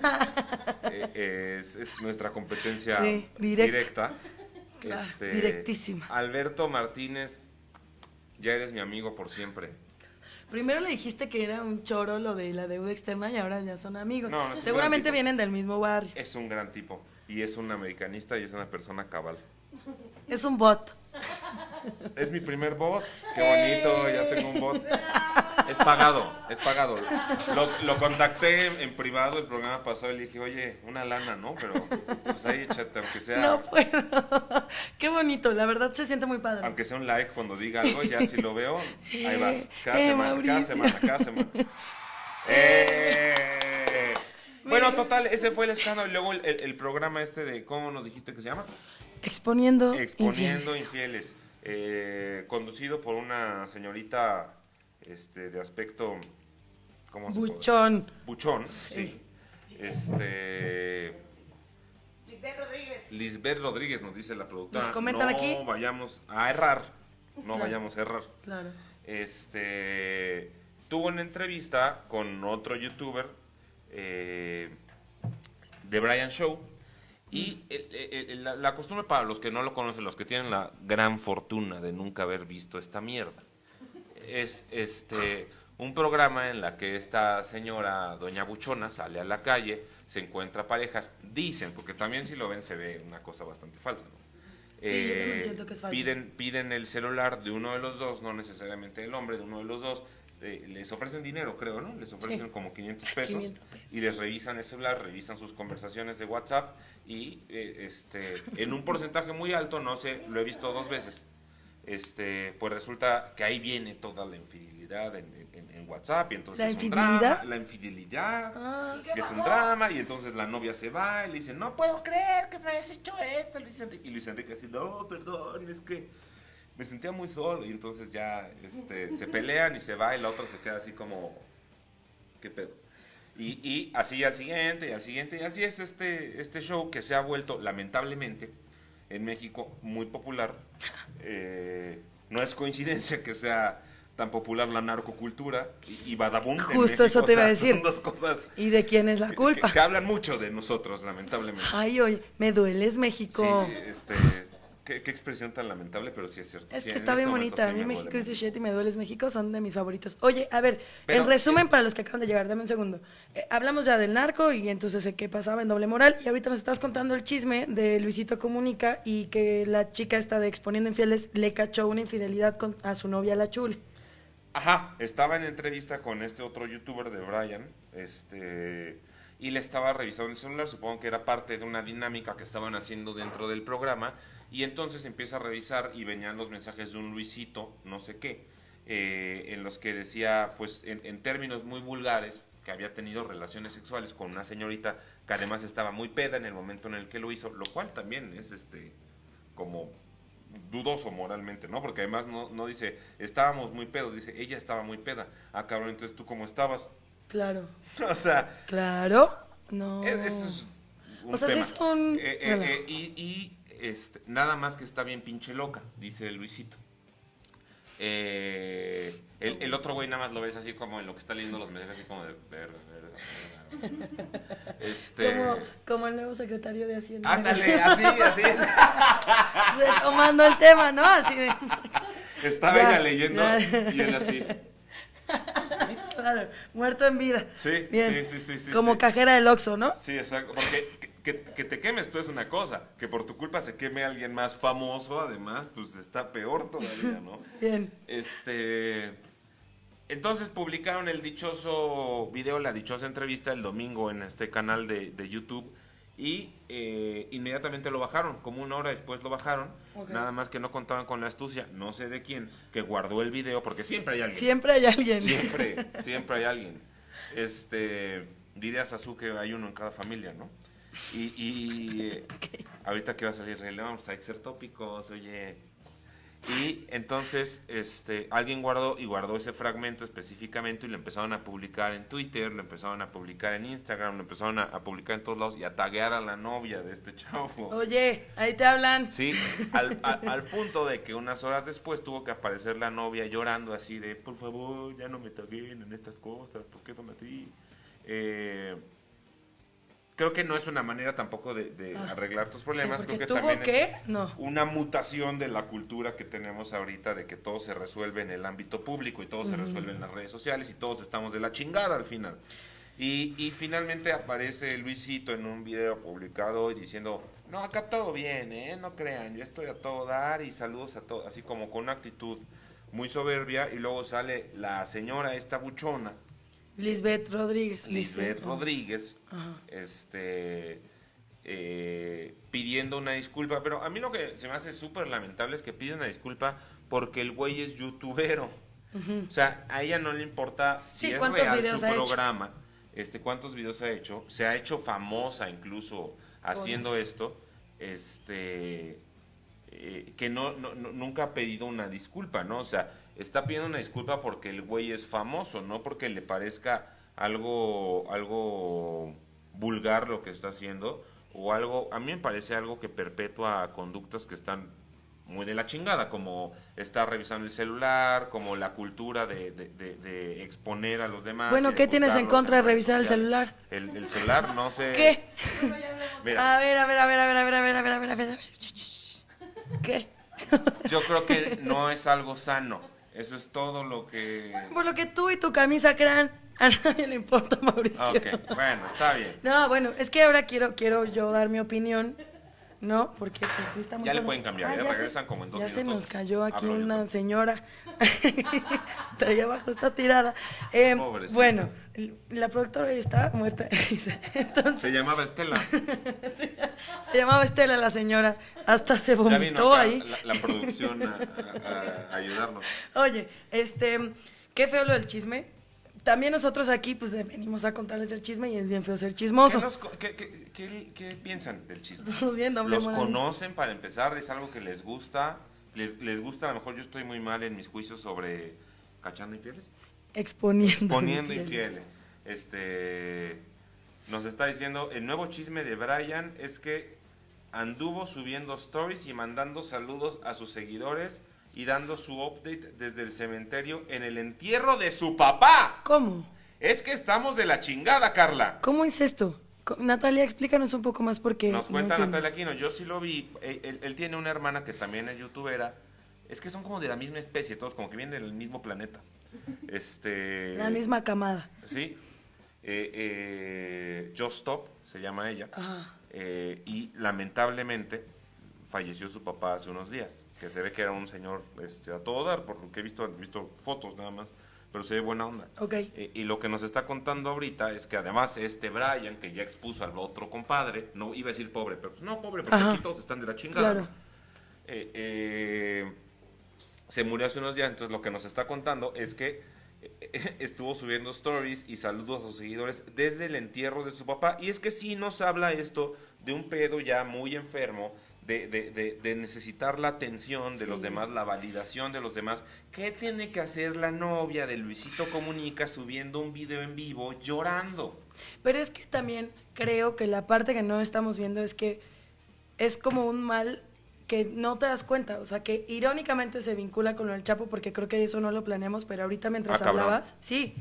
Eh, es, es nuestra competencia Sí, directa. directa. Claro, Este, directísima. Alberto Martínez, ya eres mi amigo por siempre. Primero le dijiste que era un choro lo de la deuda externa y ahora ya son amigos. No, no es un Seguramente gran tipo. vienen del mismo barrio. Es un gran tipo y es un americanista y es una persona cabal. Es un bot. Es mi primer bot. Qué bonito, ya tengo un bot. Es pagado, es pagado. Lo, lo contacté en, en privado el programa pasado y le dije, oye, una lana, ¿no? Pero pues ahí échate, aunque sea, No puedo. Qué bonito, la verdad se siente muy padre. aunque sea un like cuando diga algo, ya si lo veo, ahí vas. Cada Eh, semana, Mauricio. cada semana, cada semana. ¡Eh! Bueno, total, ese fue el escándalo. Y luego el, el- el programa este de, ¿cómo nos dijiste que se llama? Exponiendo, Exponiendo infieles. infieles, eh, conducido por una señorita este, de aspecto, ¿cómo se puede? Buchón. Buchón, sí. Este, Lisbeth Rodríguez. Lisbeth Rodríguez nos dice la productora. Nos comentan no aquí. No vayamos a errar. No Claro. vayamos a errar. Claro. Este, tuvo una entrevista con otro youtuber, eh, The Brian Show, y el, el, el, la, la costumbre para los que no lo conocen, los que tienen la gran fortuna de nunca haber visto esta mierda, es este un programa en la que esta señora, doña Buchona, sale a la calle, se encuentra parejas, dicen, porque también si lo ven se ve una cosa bastante falsa, ¿no? Sí, yo también siento que es falso. Piden, piden el celular de uno de los dos, no necesariamente del hombre, de uno de los dos. Eh, les ofrecen dinero, creo, ¿no? Les ofrecen Sí. como quinientos pesos, quinientos pesos. y les revisan el celular, revisan sus conversaciones de WhatsApp y eh, este, en un porcentaje muy alto, no sé, lo he visto dos veces, este, pues resulta que ahí viene toda la infidelidad en, en, en WhatsApp y entonces ¿La es un infidelidad? drama, la infidelidad. Ah, ¿Y qué Es un pasó? drama y entonces la novia se va y le dice, no puedo creer que me hayas hecho esto, Luis Enrique. Y Luis Enrique así, no, perdón, es que me sentía muy solo. Y entonces ya este, se pelean y se va y la otra se queda así como, ¿qué pedo? Y, y así al siguiente y al siguiente. Y así es este, este show que se ha vuelto, lamentablemente, en México muy popular. Eh, no es coincidencia que sea tan popular la narcocultura y, y Badabun. en Justo México, eso te iba a o sea, decir. son dos cosas ¿Y de quién es la que- culpa? Que, que hablan mucho de nosotros, lamentablemente. Ay, oye, me dueles, México. Sí, este, qué, qué expresión tan lamentable, pero sí es cierto. Es Sí, que en está este bien momento bonita. sí a mí me México duele is the mucho. shit y Me Dueles México son de mis favoritos. Oye, a ver, Pero, en resumen, eh, para los que acaban de llegar, dame un segundo. Eh, hablamos ya del narco y entonces de qué pasaba en Doble Moral. Y ahorita nos estás contando el chisme de Luisito Comunica y que la chica esta de Exponiendo Infieles le cachó una infidelidad con, a su novia, la Chule. Ajá, estaba en entrevista con este otro youtuber de Brian, este, y le estaba revisando el celular, supongo que era parte de una dinámica que estaban haciendo dentro del programa, y entonces empieza a revisar y venían los mensajes de un Luisito, no sé qué, eh, en los que decía, pues, en, en términos muy vulgares, que había tenido relaciones sexuales con una señorita que además estaba muy peda en el momento en el que lo hizo, lo cual también es, este, como dudoso moralmente, ¿no? Porque además no, no dice, estábamos muy pedos, dice, ella estaba muy peda. Ah, cabrón, entonces tú cómo estabas. Claro. O sea, Claro. No. es, eso es un O sea, sí tema. es un Eh, eh, relajo. eh, y y, este, nada más que está bien pinche loca, dice Luisito. Eh, el, el otro güey nada más lo ves así como en lo que está leyendo los mensajes, así como de verga, verga, verga. Este, Como, como el nuevo secretario de Hacienda. ándale, así, así. Retomando el tema, ¿no? Así de. Estaba Ya, ella leyendo ya. y él así. Claro, muerto en vida. Sí, Bien. sí, sí, sí, sí, Como sí. cajera del Oxxo, ¿no? Sí, exacto. Porque que, que- que te quemes tú es una cosa, que por tu culpa se queme alguien más famoso, además, pues está peor todavía, ¿no? Bien. Este. Entonces publicaron el dichoso video, la dichosa entrevista el domingo en este canal de, de YouTube y eh, inmediatamente lo bajaron, como una hora después lo bajaron, Ok. nada más que no contaban con la astucia, no sé de quién, que guardó el video, porque siempre hay alguien. Siempre hay alguien. Siempre, siempre hay alguien. Este, diría Sasuke, hay uno en cada familia, ¿no? Y, y eh, ahorita que va a salir Rey León, pues hay que ser tópicos, oye. Y entonces, este, alguien guardó y guardó ese fragmento específicamente y lo empezaron a publicar en Twitter, lo empezaron a publicar en Instagram, lo empezaron a, a publicar en todos lados y a taguear a la novia de este chavo. Oye, ahí te hablan. Sí, al, al, al punto de que unas horas después tuvo que aparecer la novia llorando así de, por favor, ya no me taguen en estas cosas, ¿por qué son así? Eh, creo que no es una manera tampoco de, de Ah, arreglar tus problemas, sí, creo porque que tuvo también que, es no. una mutación de la cultura que tenemos ahorita de que todo se resuelve en el ámbito público y todo se resuelve en las redes sociales y todos estamos de la chingada al final. Y, y finalmente aparece Luisito en un video publicado hoy diciendo, no, acá todo bien, ¿eh? No crean, yo estoy a todo dar y saludos a todos, así como con una actitud muy soberbia y luego sale la señora esta buchona, Lisbeth Rodríguez. Lisbeth Lisbeth, Rodríguez, Ajá. este, eh, pidiendo una disculpa, pero a mí lo que se me hace súper lamentable es que pide una disculpa porque el güey es youtubero. O sea, a ella no le importa si Sí, es ¿cuántos real videos su ha hecho? programa, este, cuántos videos ha hecho, se ha hecho famosa incluso haciendo eso. esto, este, eh, que no, no, no- nunca ha pedido una disculpa, ¿no? O sea, está pidiendo una disculpa porque el güey es famoso, no porque le parezca algo, algo vulgar lo que está haciendo o algo, a mí me parece algo que perpetúa conductas que están muy de la chingada, como estar revisando el celular, como la cultura de, de, de, de exponer a los demás. Bueno, ¿qué tienes en contra de revisar el celular? El, el celular, no sé. ¿Qué? Mira, a ver, a ver, a ver, a ver, a ver, a ver, a ver, a ver, a ver, a ver. ¿Qué? Yo creo que no es algo sano. Eso es todo lo que... Por lo que tú y tu camisa crean, a nadie le importa, Mauricio. Ok, bueno, está bien. No, bueno, es que ahora quiero, quiero yo dar mi opinión, ¿no? Porque pues sí está muy... Ya le bueno. pueden cambiar, Ah, ya, ya regresan se, como en dos ya minutos. se nos cayó aquí Hablo yo una también. señora. Traía abajo, está tirada. Eh, Pobrecita. bueno, la productora ya está muerta. Entonces, Se llamaba Estela. se, se llamaba Estela la señora. Hasta se Ya vino vomitó acá ahí. la, la producción a, a- a ayudarnos. Oye, este, qué feo lo del chisme. También nosotros aquí, pues, venimos a contarles el chisme y es bien feo ser ¿Qué, chismoso. nos co- qué- qué- qué- qué piensan del chisme? Estamos bien, doble ¿Los moral. conocen para empezar? ¿Es algo que les gusta? ¿Les, les gusta? A lo mejor yo estoy muy mal en mis juicios sobre cachando infieles. Exponiendo. Poniendo infieles. Este, nos está diciendo, el nuevo chisme de Brian es que anduvo subiendo stories y mandando saludos a sus seguidores y dando su update desde el cementerio en el entierro de su papá. ¿Cómo? Es que estamos de la chingada, Carla. ¿Cómo es esto? Co- Natalia, explícanos un poco más porque... Nos no cuenta entiendo. Natalia Aquino, yo sí lo vi, él, él- él tiene una hermana que también es youtubera, es que son como de la misma especie, todos como que vienen del mismo planeta. Este, La misma camada. Sí, eh, eh, Just Stop se llama ella, Ajá. eh, y lamentablemente falleció su papá hace unos días, que se ve que era un señor este, a todo dar, por lo que he visto, he visto fotos nada más, pero se ve buena onda. Ok. Eh, y lo que nos está contando ahorita es que además este Brian, que ya expuso al otro compadre, no iba a decir pobre, pero pues no pobre, porque Ajá. aquí todos están de la chingada. Claro. Eh, eh, se murió hace unos días, entonces lo que nos está contando es que eh, estuvo subiendo stories y saludos a sus seguidores desde el entierro de su papá. Y es que sí nos habla esto de un pedo ya muy enfermo, de, de, de, de necesitar la atención de Sí. los demás, la validación de los demás. ¿Qué tiene que hacer la novia de Luisito Comunica subiendo un video en vivo llorando? Pero es que también creo que la parte que no estamos viendo es que es como un mal que no te das cuenta, o sea, que irónicamente se vincula con lo del Chapo porque creo que eso no lo planeamos, pero ahorita mientras Ah, cabrón. hablabas, sí,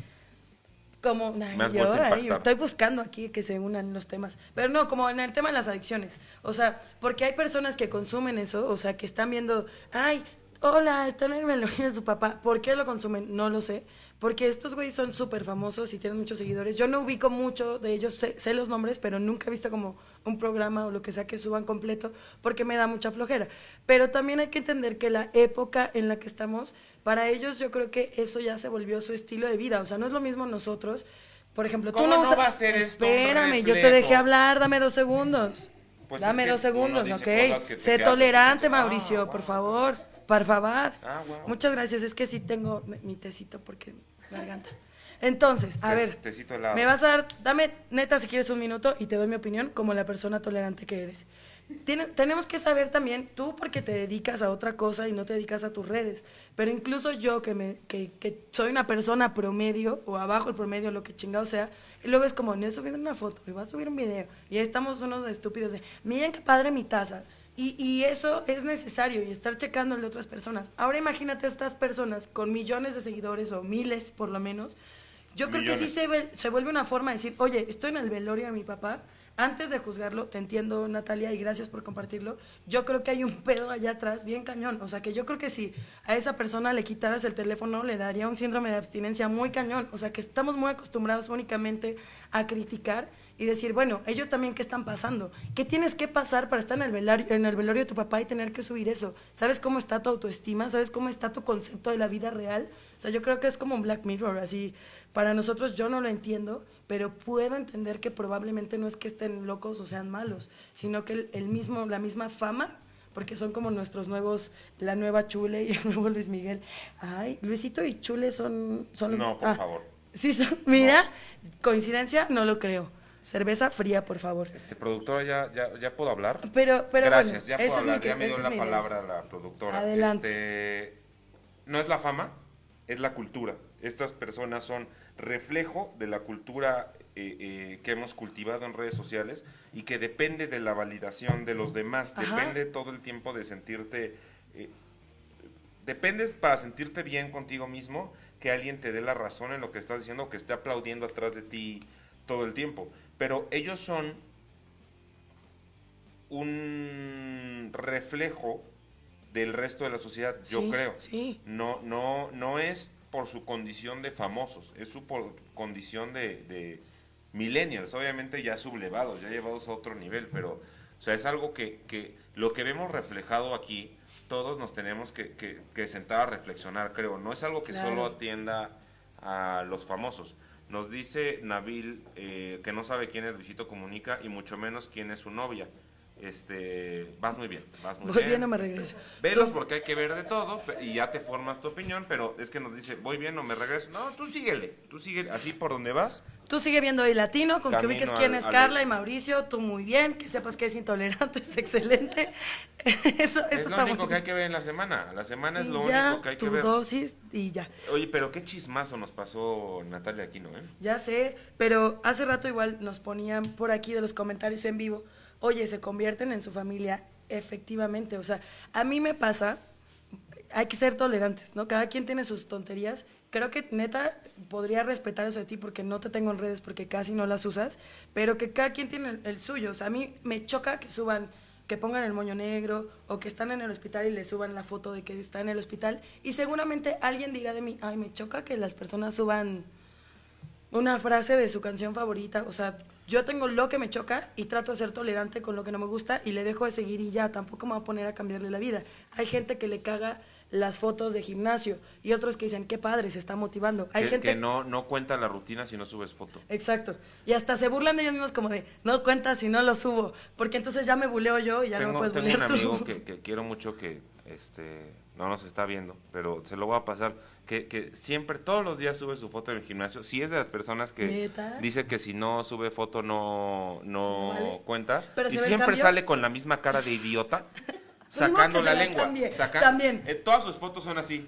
como, ay, Me has yo vuelto a ahí impactar. estoy buscando aquí que se unan los temas, pero no, como en el tema de las adicciones, o sea, porque hay personas que consumen eso, o sea, que están viendo, ay, hola, están en el velorio de su papá, ¿por qué lo consumen? No lo sé, porque estos güeyes son súper famosos y tienen muchos seguidores, yo no ubico mucho de ellos, sé, sé los nombres, pero nunca he visto como un programa o lo que sea que suban completo, porque me da mucha flojera, pero también hay que entender que la época en la que estamos, para ellos yo creo que eso ya se volvió su estilo de vida, o sea, no es lo mismo nosotros, por ejemplo, tú ¿Cómo no, no usa- va a ser esto un espérame, yo te reflejo? dejé hablar, dame dos segundos, Pues dame es que dos uno segundos, dice ¿ok? cosas que te Sé quedas así tolerante, como que, Mauricio, ah, por wow. favor, por favor. Ah, wow. Muchas gracias, es que sí tengo mi- mi tecito porque garganta. Entonces, a Te- ver, tecito helado. me vas a dar, dame neta si quieres un minuto y te doy mi opinión como la persona tolerante que eres. Tiene- tenemos que saber también, tú porque te dedicas a otra cosa y no te dedicas a tus redes, pero incluso yo que, me, que, que soy una persona promedio o abajo el promedio, lo que chingado sea, y luego es como, no he subido una foto, me voy a subir un video, y ahí estamos unos estúpidos de, miren qué padre mi taza. Y, y eso es necesario y estar checando de otras personas. Ahora imagínate estas personas con millones de seguidores o miles por lo menos. Yo creo que sí Millones. se, ve- se vuelve una forma de decir, oye, estoy en el velorio de mi papá. Antes de juzgarlo, te entiendo, Natalia, y gracias por compartirlo. Yo creo que hay un pedo allá atrás bien cañón. O sea, que yo creo que si a esa persona le quitaras el teléfono, le daría un síndrome de abstinencia muy cañón. O sea, que estamos muy acostumbrados únicamente a criticar y decir, bueno, ellos también, ¿qué están pasando? ¿Qué tienes que pasar para estar en el velorio, en el velorio de tu papá y tener que subir eso? ¿Sabes cómo está tu autoestima? ¿Sabes cómo está tu concepto de la vida real? O sea, yo creo que es como un Black Mirror, así. Para nosotros yo no lo entiendo, pero puedo entender que probablemente no es que estén locos o sean malos, sino que el, el mismo, la misma fama, porque son como nuestros nuevos, la nueva Chule y el nuevo Luis Miguel. Ay, Luisito y Chule son... son los- No, por ah, favor. Sí, son- mira, coincidencia, no lo creo. Cerveza fría, por favor. Este, productora, ¿ya, ya, ya puedo hablar? Pero, pero Gracias, bueno, ya esa puedo es mi hablar, que- ya me dio esa es la mi idea. palabra la productora. Adelante. Este, no es la fama, es la cultura. Estas personas son reflejo de la cultura eh, eh, que hemos cultivado en redes sociales y que depende de la validación de los demás, Ajá. depende todo el tiempo de sentirte, eh, dependes para sentirte bien contigo mismo, que alguien te dé la razón en lo que estás diciendo, que esté aplaudiendo atrás de ti todo el tiempo, pero ellos son un reflejo del resto de la sociedad, yo Sí, creo. sí. No, no, no es por su condición de famosos, es su por condición de, de millennials, obviamente ya sublevados, ya llevados a otro nivel, pero o sea, es algo que, que lo que vemos reflejado aquí, todos nos tenemos que, que, que sentar a reflexionar, creo. No es algo que Claro. solo atienda a los famosos. Nos dice Nabil eh, que no sabe quién es Luisito Comunica y mucho menos quién es su novia. Este, vas muy bien, vas muy Voy bien. bien o me este, regreso. velos Tú- porque hay que ver de todo pe- y ya te formas tu opinión, pero es que nos dice, voy bien o me regreso. No, tú síguele, tú síguele, así por donde vas. Tú sigue viendo el latino, con que Camino ubiques quién al- es al- Carla y Mauricio, tú muy bien, que sepas que es intolerante, es excelente. Eso, eso Es lo está único muy que hay que ver en la semana. La semana es Y lo ya, único que hay que tu ver. dosis y ya. Oye, pero qué chismazo nos pasó Natalia Aquino, ¿eh? Ya sé, pero hace rato igual nos ponían por aquí de los comentarios en vivo, oye, se convierten en su familia, efectivamente. O sea, a mí me pasa, hay que ser tolerantes, ¿no? Cada quien tiene sus tonterías. Creo que neta podría respetar eso de ti porque no te tengo en redes porque casi no las usas, pero que cada quien tiene el, el suyo. O sea, a mí me choca que suban, que pongan el moño negro o que están en el hospital y le suban la foto de que está en el hospital y seguramente alguien dirá de mí, ay, me choca que las personas suban una frase de su canción favorita. O sea, yo tengo lo que me choca y trato de ser tolerante con lo que no me gusta y le dejo de seguir y ya, tampoco me voy a poner a cambiarle la vida. Hay gente que le caga las fotos de gimnasio y otros que dicen, qué padre, se está motivando. Hay que, gente que no, no cuenta la rutina si no subes foto. Exacto. Y hasta se burlan de ellos mismos como de, no cuenta si no lo subo, porque entonces ya me buleo yo y ya no me Tengo, puedes tengo un bulear tú. amigo que, que quiero mucho que este no nos está viendo, pero se lo voy a pasar, que, que siempre, todos los días sube su foto en el gimnasio. Si es de las personas que ¿Neta? dice que si no sube foto no, no ¿No vale? cuenta, Pero y ¿se ve el siempre cambio? sale con la misma cara de idiota, Pues ni modo sacando que la se la lengua. cambie. saca- También. eh, todas sus fotos son así.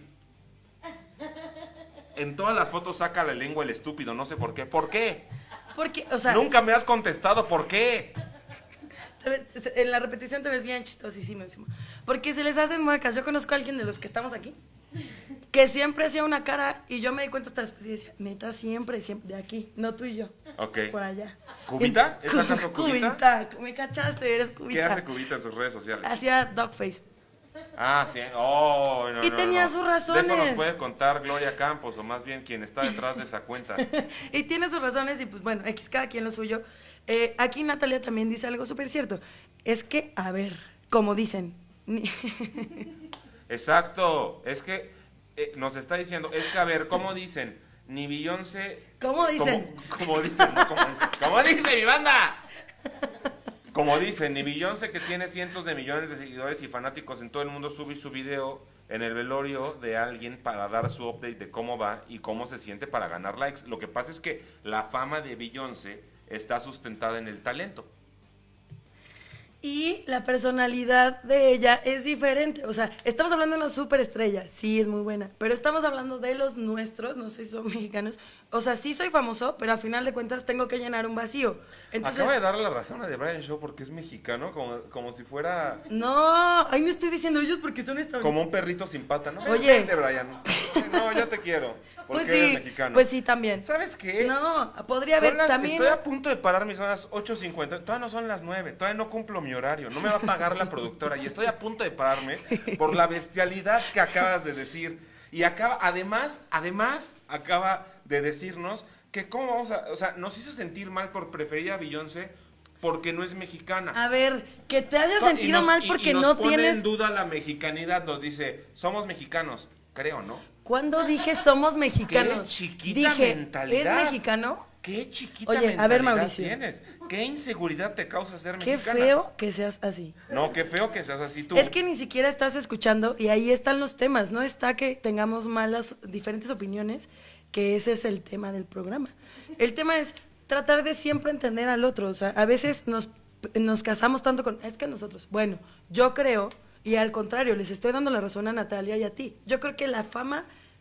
En todas las fotos saca la lengua el estúpido, no sé por qué. ¿Por qué? Porque, o sea, Nunca me has contestado, ¿por qué? te ves- en la repetición te ves bien chistosísimo. Porque se les hacen muecas. Yo conozco a alguien de los que estamos aquí que siempre hacía una cara y yo me di cuenta hasta después y decía, neta, siempre, siempre, de aquí, no tú y yo. Ok. Por allá. ¿Cubita? En- ¿Es acaso Cubita? Cubita, me cachaste, eres Cubita. ¿Qué hace Cubita en sus redes sociales? Hacía dogface. Ah, sí. Oh, no, Y no, tenía no. sus De eso nos razones. puede contar Gloria Campos, o más bien quien está detrás de esa cuenta. Y tiene sus razones y pues bueno, X, cada quien lo suyo. Eh, aquí Natalia también dice algo súper cierto. Es que, a ver, como dicen, ni- Exacto. Es que eh, nos está diciendo, es que a ver, ¿cómo dicen? Ni Beyoncé... ¿Cómo dicen? Como, como dicen, ¿no? Como dice, ¿cómo dice mi banda? Como dicen, ni Beyoncé, que tiene cientos de millones de seguidores y fanáticos en todo el mundo, sube su video en el velorio de alguien para dar su update de cómo va y cómo se siente para ganar likes. Lo que pasa es que la fama de Beyoncé está sustentada en el talento. Y la personalidad de ella es diferente. O sea, estamos hablando de una superestrella, sí, es muy buena. Pero estamos hablando de los nuestros, no sé si son mexicanos. O sea, sí soy famoso, pero a final de cuentas tengo que llenar un vacío. Entonces, Acaba de darle la razón a The Brian Show porque es mexicano, como, como si fuera no, ahí no estoy diciendo ellos porque son estadounidenses. como un perrito sin pata, ¿no? Oye. Vente, Brian. No, yo te quiero. Porque Pues eres sí, mexicano. pues sí, también. ¿Sabes qué? No, podría Son haber las- también. Estoy a punto de parar mis horas ocho cincuenta. Todavía no son las nueve. Todavía no cumplo mi horario. No me va a pagar la productora. Y estoy a punto de pararme por la bestialidad que acabas de decir. Y acaba, además, además, acaba de decirnos que cómo vamos a... O sea, nos hizo sentir mal por preferir a Beyoncé porque no es mexicana. A ver, que te hayas Y sentido nos- mal y- porque y nos no pone tienes. en duda la mexicanidad. Nos dice, somos mexicanos. Creo, ¿no? ¿Cuándo dije somos mexicanos? Qué chiquita Dije, mentalidad. ¿es mexicano? Qué chiquita Oye, a mentalidad ver, Mauricio. tienes. Qué inseguridad te causa ser Qué mexicana. feo que seas así. No, qué feo que seas así tú. Es que ni siquiera estás escuchando y ahí están los temas. No está que tengamos malas, diferentes opiniones, que ese es el tema del programa. El tema es tratar de siempre entender al otro. O sea, a veces nos, nos casamos tanto con, es que nosotros, bueno, yo creo, y al contrario, les estoy dando la razón a Natalia y a ti. Yo creo que la fama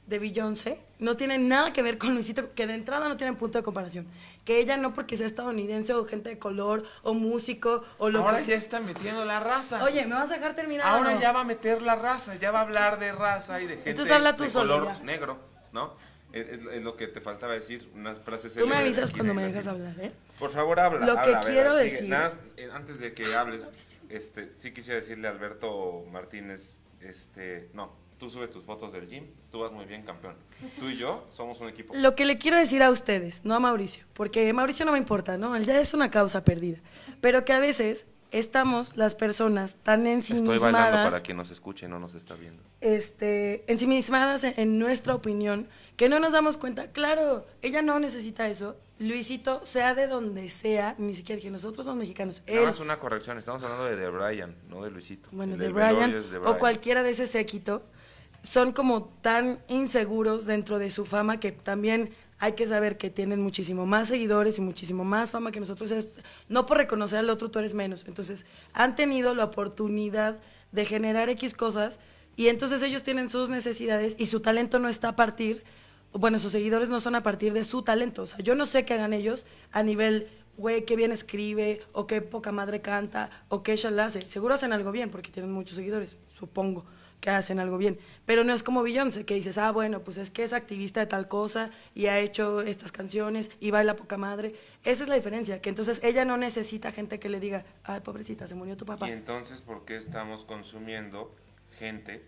de Beyoncé no tienen nada que ver con Luisito, que de entrada no tienen punto de comparación. Que ella no porque sea estadounidense o gente de color o músico o lo Ahora que ya está metiendo la raza. Oye, ¿me vas a dejar terminar? Ahora o no? ya va a meter la raza, ya va a hablar de raza y de gente Entonces habla tú de solo, color ya. negro, ¿no? Es, es- es lo que te faltaba decir, unas frases. Tú me célebres avisas aquí cuando de me la dejas gente. hablar, ¿eh? Por favor, habla. Lo que habla, a ver, quiero sigue. decir- Nada más, eh, antes de que hables, este, sí quisiera decirle a Alberto Martínez, este, no, tú subes tus fotos del gym, tú vas muy bien, campeón. Tú y yo somos un equipo. Lo que le quiero decir a ustedes, no a Mauricio, porque Mauricio no me importa, ¿no? Él ya es una causa perdida. Pero que a veces estamos las personas tan ensimismadas. Estoy bailando para quien nos escuche y no nos está viendo. Este, ensimismadas en, en nuestra opinión, que no nos damos cuenta. Claro, ella no necesita eso. Luisito, sea de donde sea, ni siquiera dije, nosotros somos mexicanos. Nada Él, más una corrección, estamos hablando de The Brian, no de Luisito. bueno, El de del Brian, velorio es de o cualquiera de ese séquito, son como tan inseguros dentro de su fama que también hay que saber que tienen muchísimo más seguidores y muchísimo más fama que nosotros. Es, no por reconocer al otro tú eres menos. Entonces, han tenido la oportunidad de generar X cosas y entonces ellos tienen sus necesidades y su talento no está a partir, bueno, sus seguidores no son a partir de su talento. O sea, yo no sé qué hagan ellos a nivel, güey, qué bien escribe, o qué poca madre canta, o qué la hace. Seguro hacen algo bien porque tienen muchos seguidores, supongo que hacen algo bien, pero no es como Beyoncé, que dices, ah, bueno, pues es que es activista de tal cosa y ha hecho estas canciones y baila poca madre. Esa es la diferencia, que entonces ella no necesita gente que le diga, ay, pobrecita, se murió tu papá. Y entonces, ¿por qué estamos consumiendo gente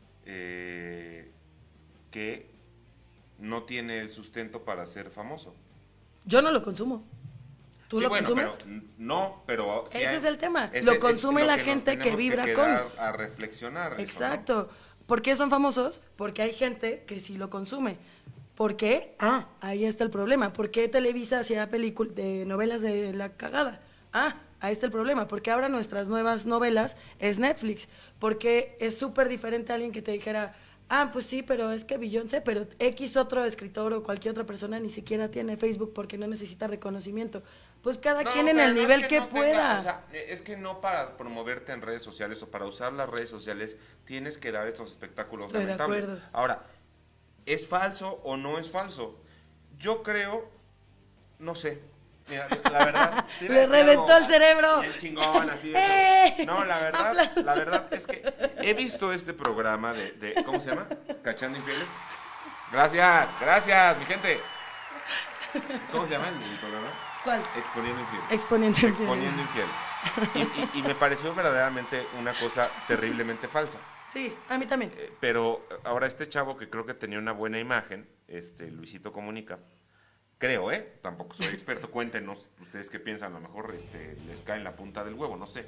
eh, que no tiene el sustento para ser famoso? Yo no lo consumo. ¿Tú Sí, lo bueno, consumes? pero no, pero sí Ese hay- es el tema. ese- Lo es consume lo la nos gente que tenemos vibra quedar con. a reflexionar. eso, ¿no? Exacto. ¿Por qué son famosos? Porque hay gente que sí lo consume. ¿Por qué? Ah, ahí está el problema. ¿Por qué Televisa hacía películas de novelas de la cagada? Ah, ahí está el problema. Porque ahora nuestras nuevas novelas es Netflix. Porque es súper diferente a alguien que te dijera, ah, pues sí, pero es que Beyoncé, pero X otro escritor o cualquier otra persona ni siquiera tiene Facebook porque no necesita reconocimiento. Pues cada No, quien en pero el no es nivel que, no tenga- pueda. o sea, es que no para promoverte en redes sociales o para usar las redes sociales tienes que dar estos espectáculos Estoy de lamentables. acuerdo. Ahora, ¿es falso o no es falso? Yo creo, no sé. Mira, la verdad. te iba a Le decir reventó algo el cerebro. bien chingón, así. ¡Eh! No, la verdad, Aplausos. la verdad es que he visto este programa de, de ¿cómo se llama? Cachando Infieles. Gracias, gracias, mi gente. ¿Cómo se llama el, el programa? ¿Cuál? Exponiendo Infieles. Exponiendo Exponiendo Infieles. Y, y- y me pareció verdaderamente una cosa terriblemente falsa. Sí, a mí también. Eh, pero ahora este chavo que creo que tenía una buena imagen, este Luisito Comunica, creo, ¿eh? Tampoco soy experto, cuéntenos ustedes qué piensan, a lo mejor este, les cae en la punta del huevo, no sé.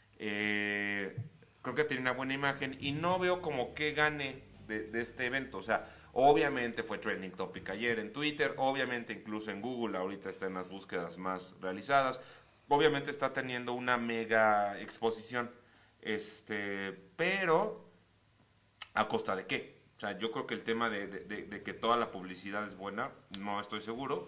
Eh, creo que tenía una buena imagen y no veo como que gane de, de este evento, o sea, obviamente fue trending topic ayer en Twitter, obviamente incluso en Google ahorita está en las búsquedas más realizadas, obviamente está teniendo una mega exposición, este, pero ¿a costa de qué? O sea, yo creo que el tema de, de- de- de que toda la publicidad es buena, no estoy seguro.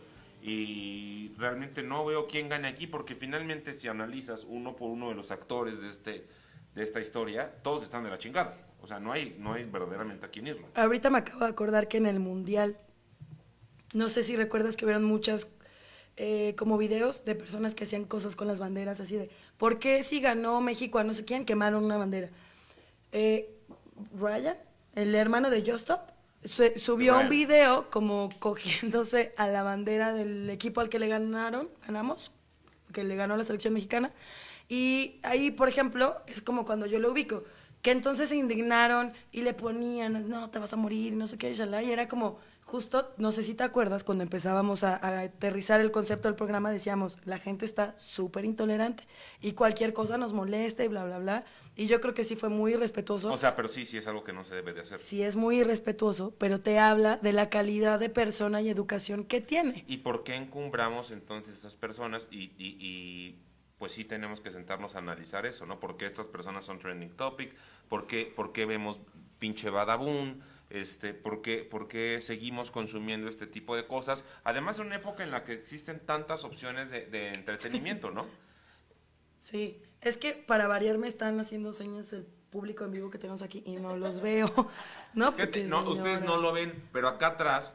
Y realmente no veo quién gane aquí, porque finalmente si analizas uno por uno de los actores de este de esta historia, todos están de la chingada. O sea, no hay, no hay verdaderamente a quién irlo. Ahorita me acabo de acordar que en el Mundial, no sé si recuerdas que vieron muchas eh, como videos de personas que hacían cosas con las banderas, así de, ¿por qué si ganó México a no sé quién quemaron una bandera? Eh, Ryan, el hermano de Justop, su- subió Ryan. un video como cogiéndose a la bandera del equipo al que le ganaron, ganamos, que le ganó la selección mexicana. Y ahí, por ejemplo, es como cuando yo lo ubico, que entonces se indignaron y le ponían, no, te vas a morir, no sé qué, shalá, y era como, justo, no sé si te acuerdas, cuando empezábamos a, a aterrizar el concepto del programa, decíamos, la gente está súper intolerante y cualquier cosa nos molesta y bla, bla, bla. Y yo creo que sí fue muy irrespetuoso. O sea, pero sí, sí es algo que no se debe de hacer. Sí es muy irrespetuoso, pero te habla de la calidad de persona y educación que tiene. ¿Y por qué encumbramos entonces a esas personas? Y, y, y, pues sí tenemos que sentarnos a analizar eso, ¿no? ¿Por qué estas personas son trending topic? ¿Por qué, por qué vemos pinche badabun? Este, ¿por qué, ¿Por qué seguimos consumiendo este tipo de cosas? Además, en una época en la que existen tantas opciones de, de entretenimiento, ¿no? Sí, es que para variar me están haciendo señas el público en vivo que tenemos aquí y no los veo. No, Fíjate, no, ustedes no lo ven, pero acá atrás,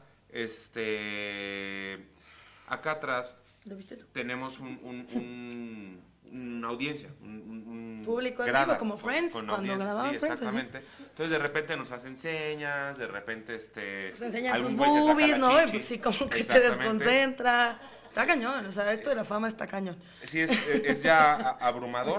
este, acá atrás ¿Lo viste tú? tenemos un, un, un, una audiencia, un, un público en grada vivo, como Friends, con cuando audiencia, grababan sí, Friends, exactamente. Entonces de repente nos hacen señas, de repente este, Pues enseñan sus algún güey se saca boobies, la ¿no? Y chichi. pues sí, como que te Exactamente. desconcentra. Está cañón, o sea, esto de la fama está cañón. Sí, es, es ya a- abrumador,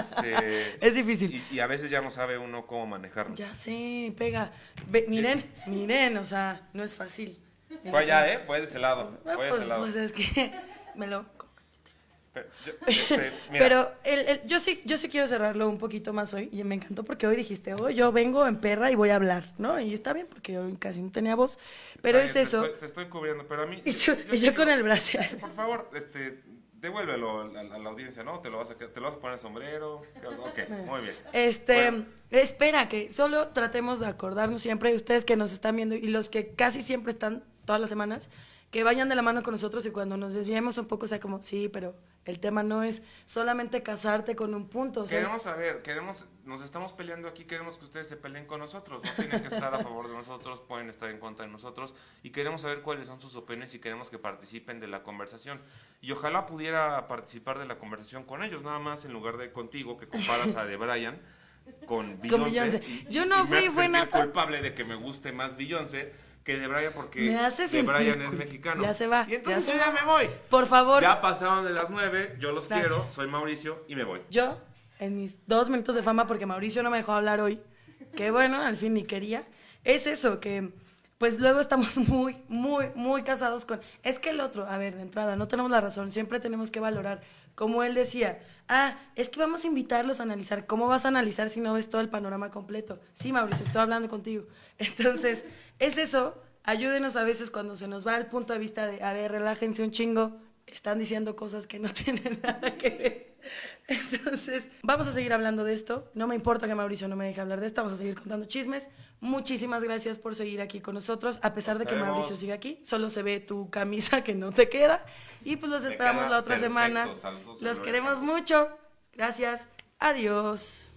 este, Es difícil. y, y a veces ya no sabe uno cómo manejarlo. Ya sé, pega. Ve, miren, miren, o sea, no es fácil. Fue allá, ¿eh? Fue de ese lado, Ah, fue de pues, ese lado. pues es que me lo... Pero, yo, este, mira, Pero el, el- yo sí yo sí quiero cerrarlo un poquito más hoy y me encantó porque hoy dijiste, hoy yo vengo en perra y voy a hablar, ¿no? Y está bien porque hoy casi no tenía voz, pero Ay, es te eso. Estoy, te estoy cubriendo, pero a mí... Y yo, y sí yo con digo, el brazo. Por favor, este, devuélvelo a, a la audiencia, ¿no? ¿Te lo vas a, te lo vas a poner sombrero? Ok, muy bien. Este, Bueno. espera, que solo tratemos de acordarnos siempre, ustedes que nos están viendo y los que casi siempre están todas las semanas, que vayan de la mano con nosotros y cuando nos desviemos un poco sea como, sí, pero el tema no es solamente casarte con un punto. O sea, Queremos saber, queremos, nos estamos peleando aquí, queremos que ustedes se peleen con nosotros, no tienen que estar a favor de nosotros, pueden estar en contra de nosotros y queremos saber cuáles son sus opiniones y queremos que participen de la conversación. Y ojalá pudiera participar de la conversación con ellos, nada más en lugar de contigo, que comparas a The Brian con Beyoncé. Beyoncé. Y- Yo y no me fui hace buena sentir pa- culpable de que me guste más Beyoncé que de Brian porque Me hace de sentir Brian es cul- mexicano. Ya se va, Y entonces ya yo se ya va. me voy. Por favor, Ya pasaron de las nueve, yo los Gracias. quiero, soy Mauricio y me voy. yo, en mis dos minutos de fama, porque Mauricio no me dejó hablar hoy, que bueno, al fin ni quería, es eso, que pues luego estamos muy, muy, muy casados con... Es que el otro, a ver, de entrada, no tenemos la razón, siempre tenemos que valorar. Como él decía, ah, es que vamos a invitarlos a analizar. ¿Cómo vas a analizar si no ves todo el panorama completo? Sí, Mauricio, estoy hablando contigo. Entonces, es eso, ayúdenos a veces cuando se nos va al punto de vista de, a ver, relájense un chingo, están diciendo cosas que no tienen nada que ver. Entonces, vamos a seguir hablando de esto. No me importa que Mauricio no me deje hablar de esto, vamos a seguir contando chismes. Muchísimas gracias por seguir aquí con nosotros, a pesar Nos de que vemos. Mauricio sigue aquí. Solo se ve tu camisa que no te queda. Y pues los Me esperamos queda la otra perfecto, semana. saludos, Los saludos. queremos mucho. Gracias. Adiós.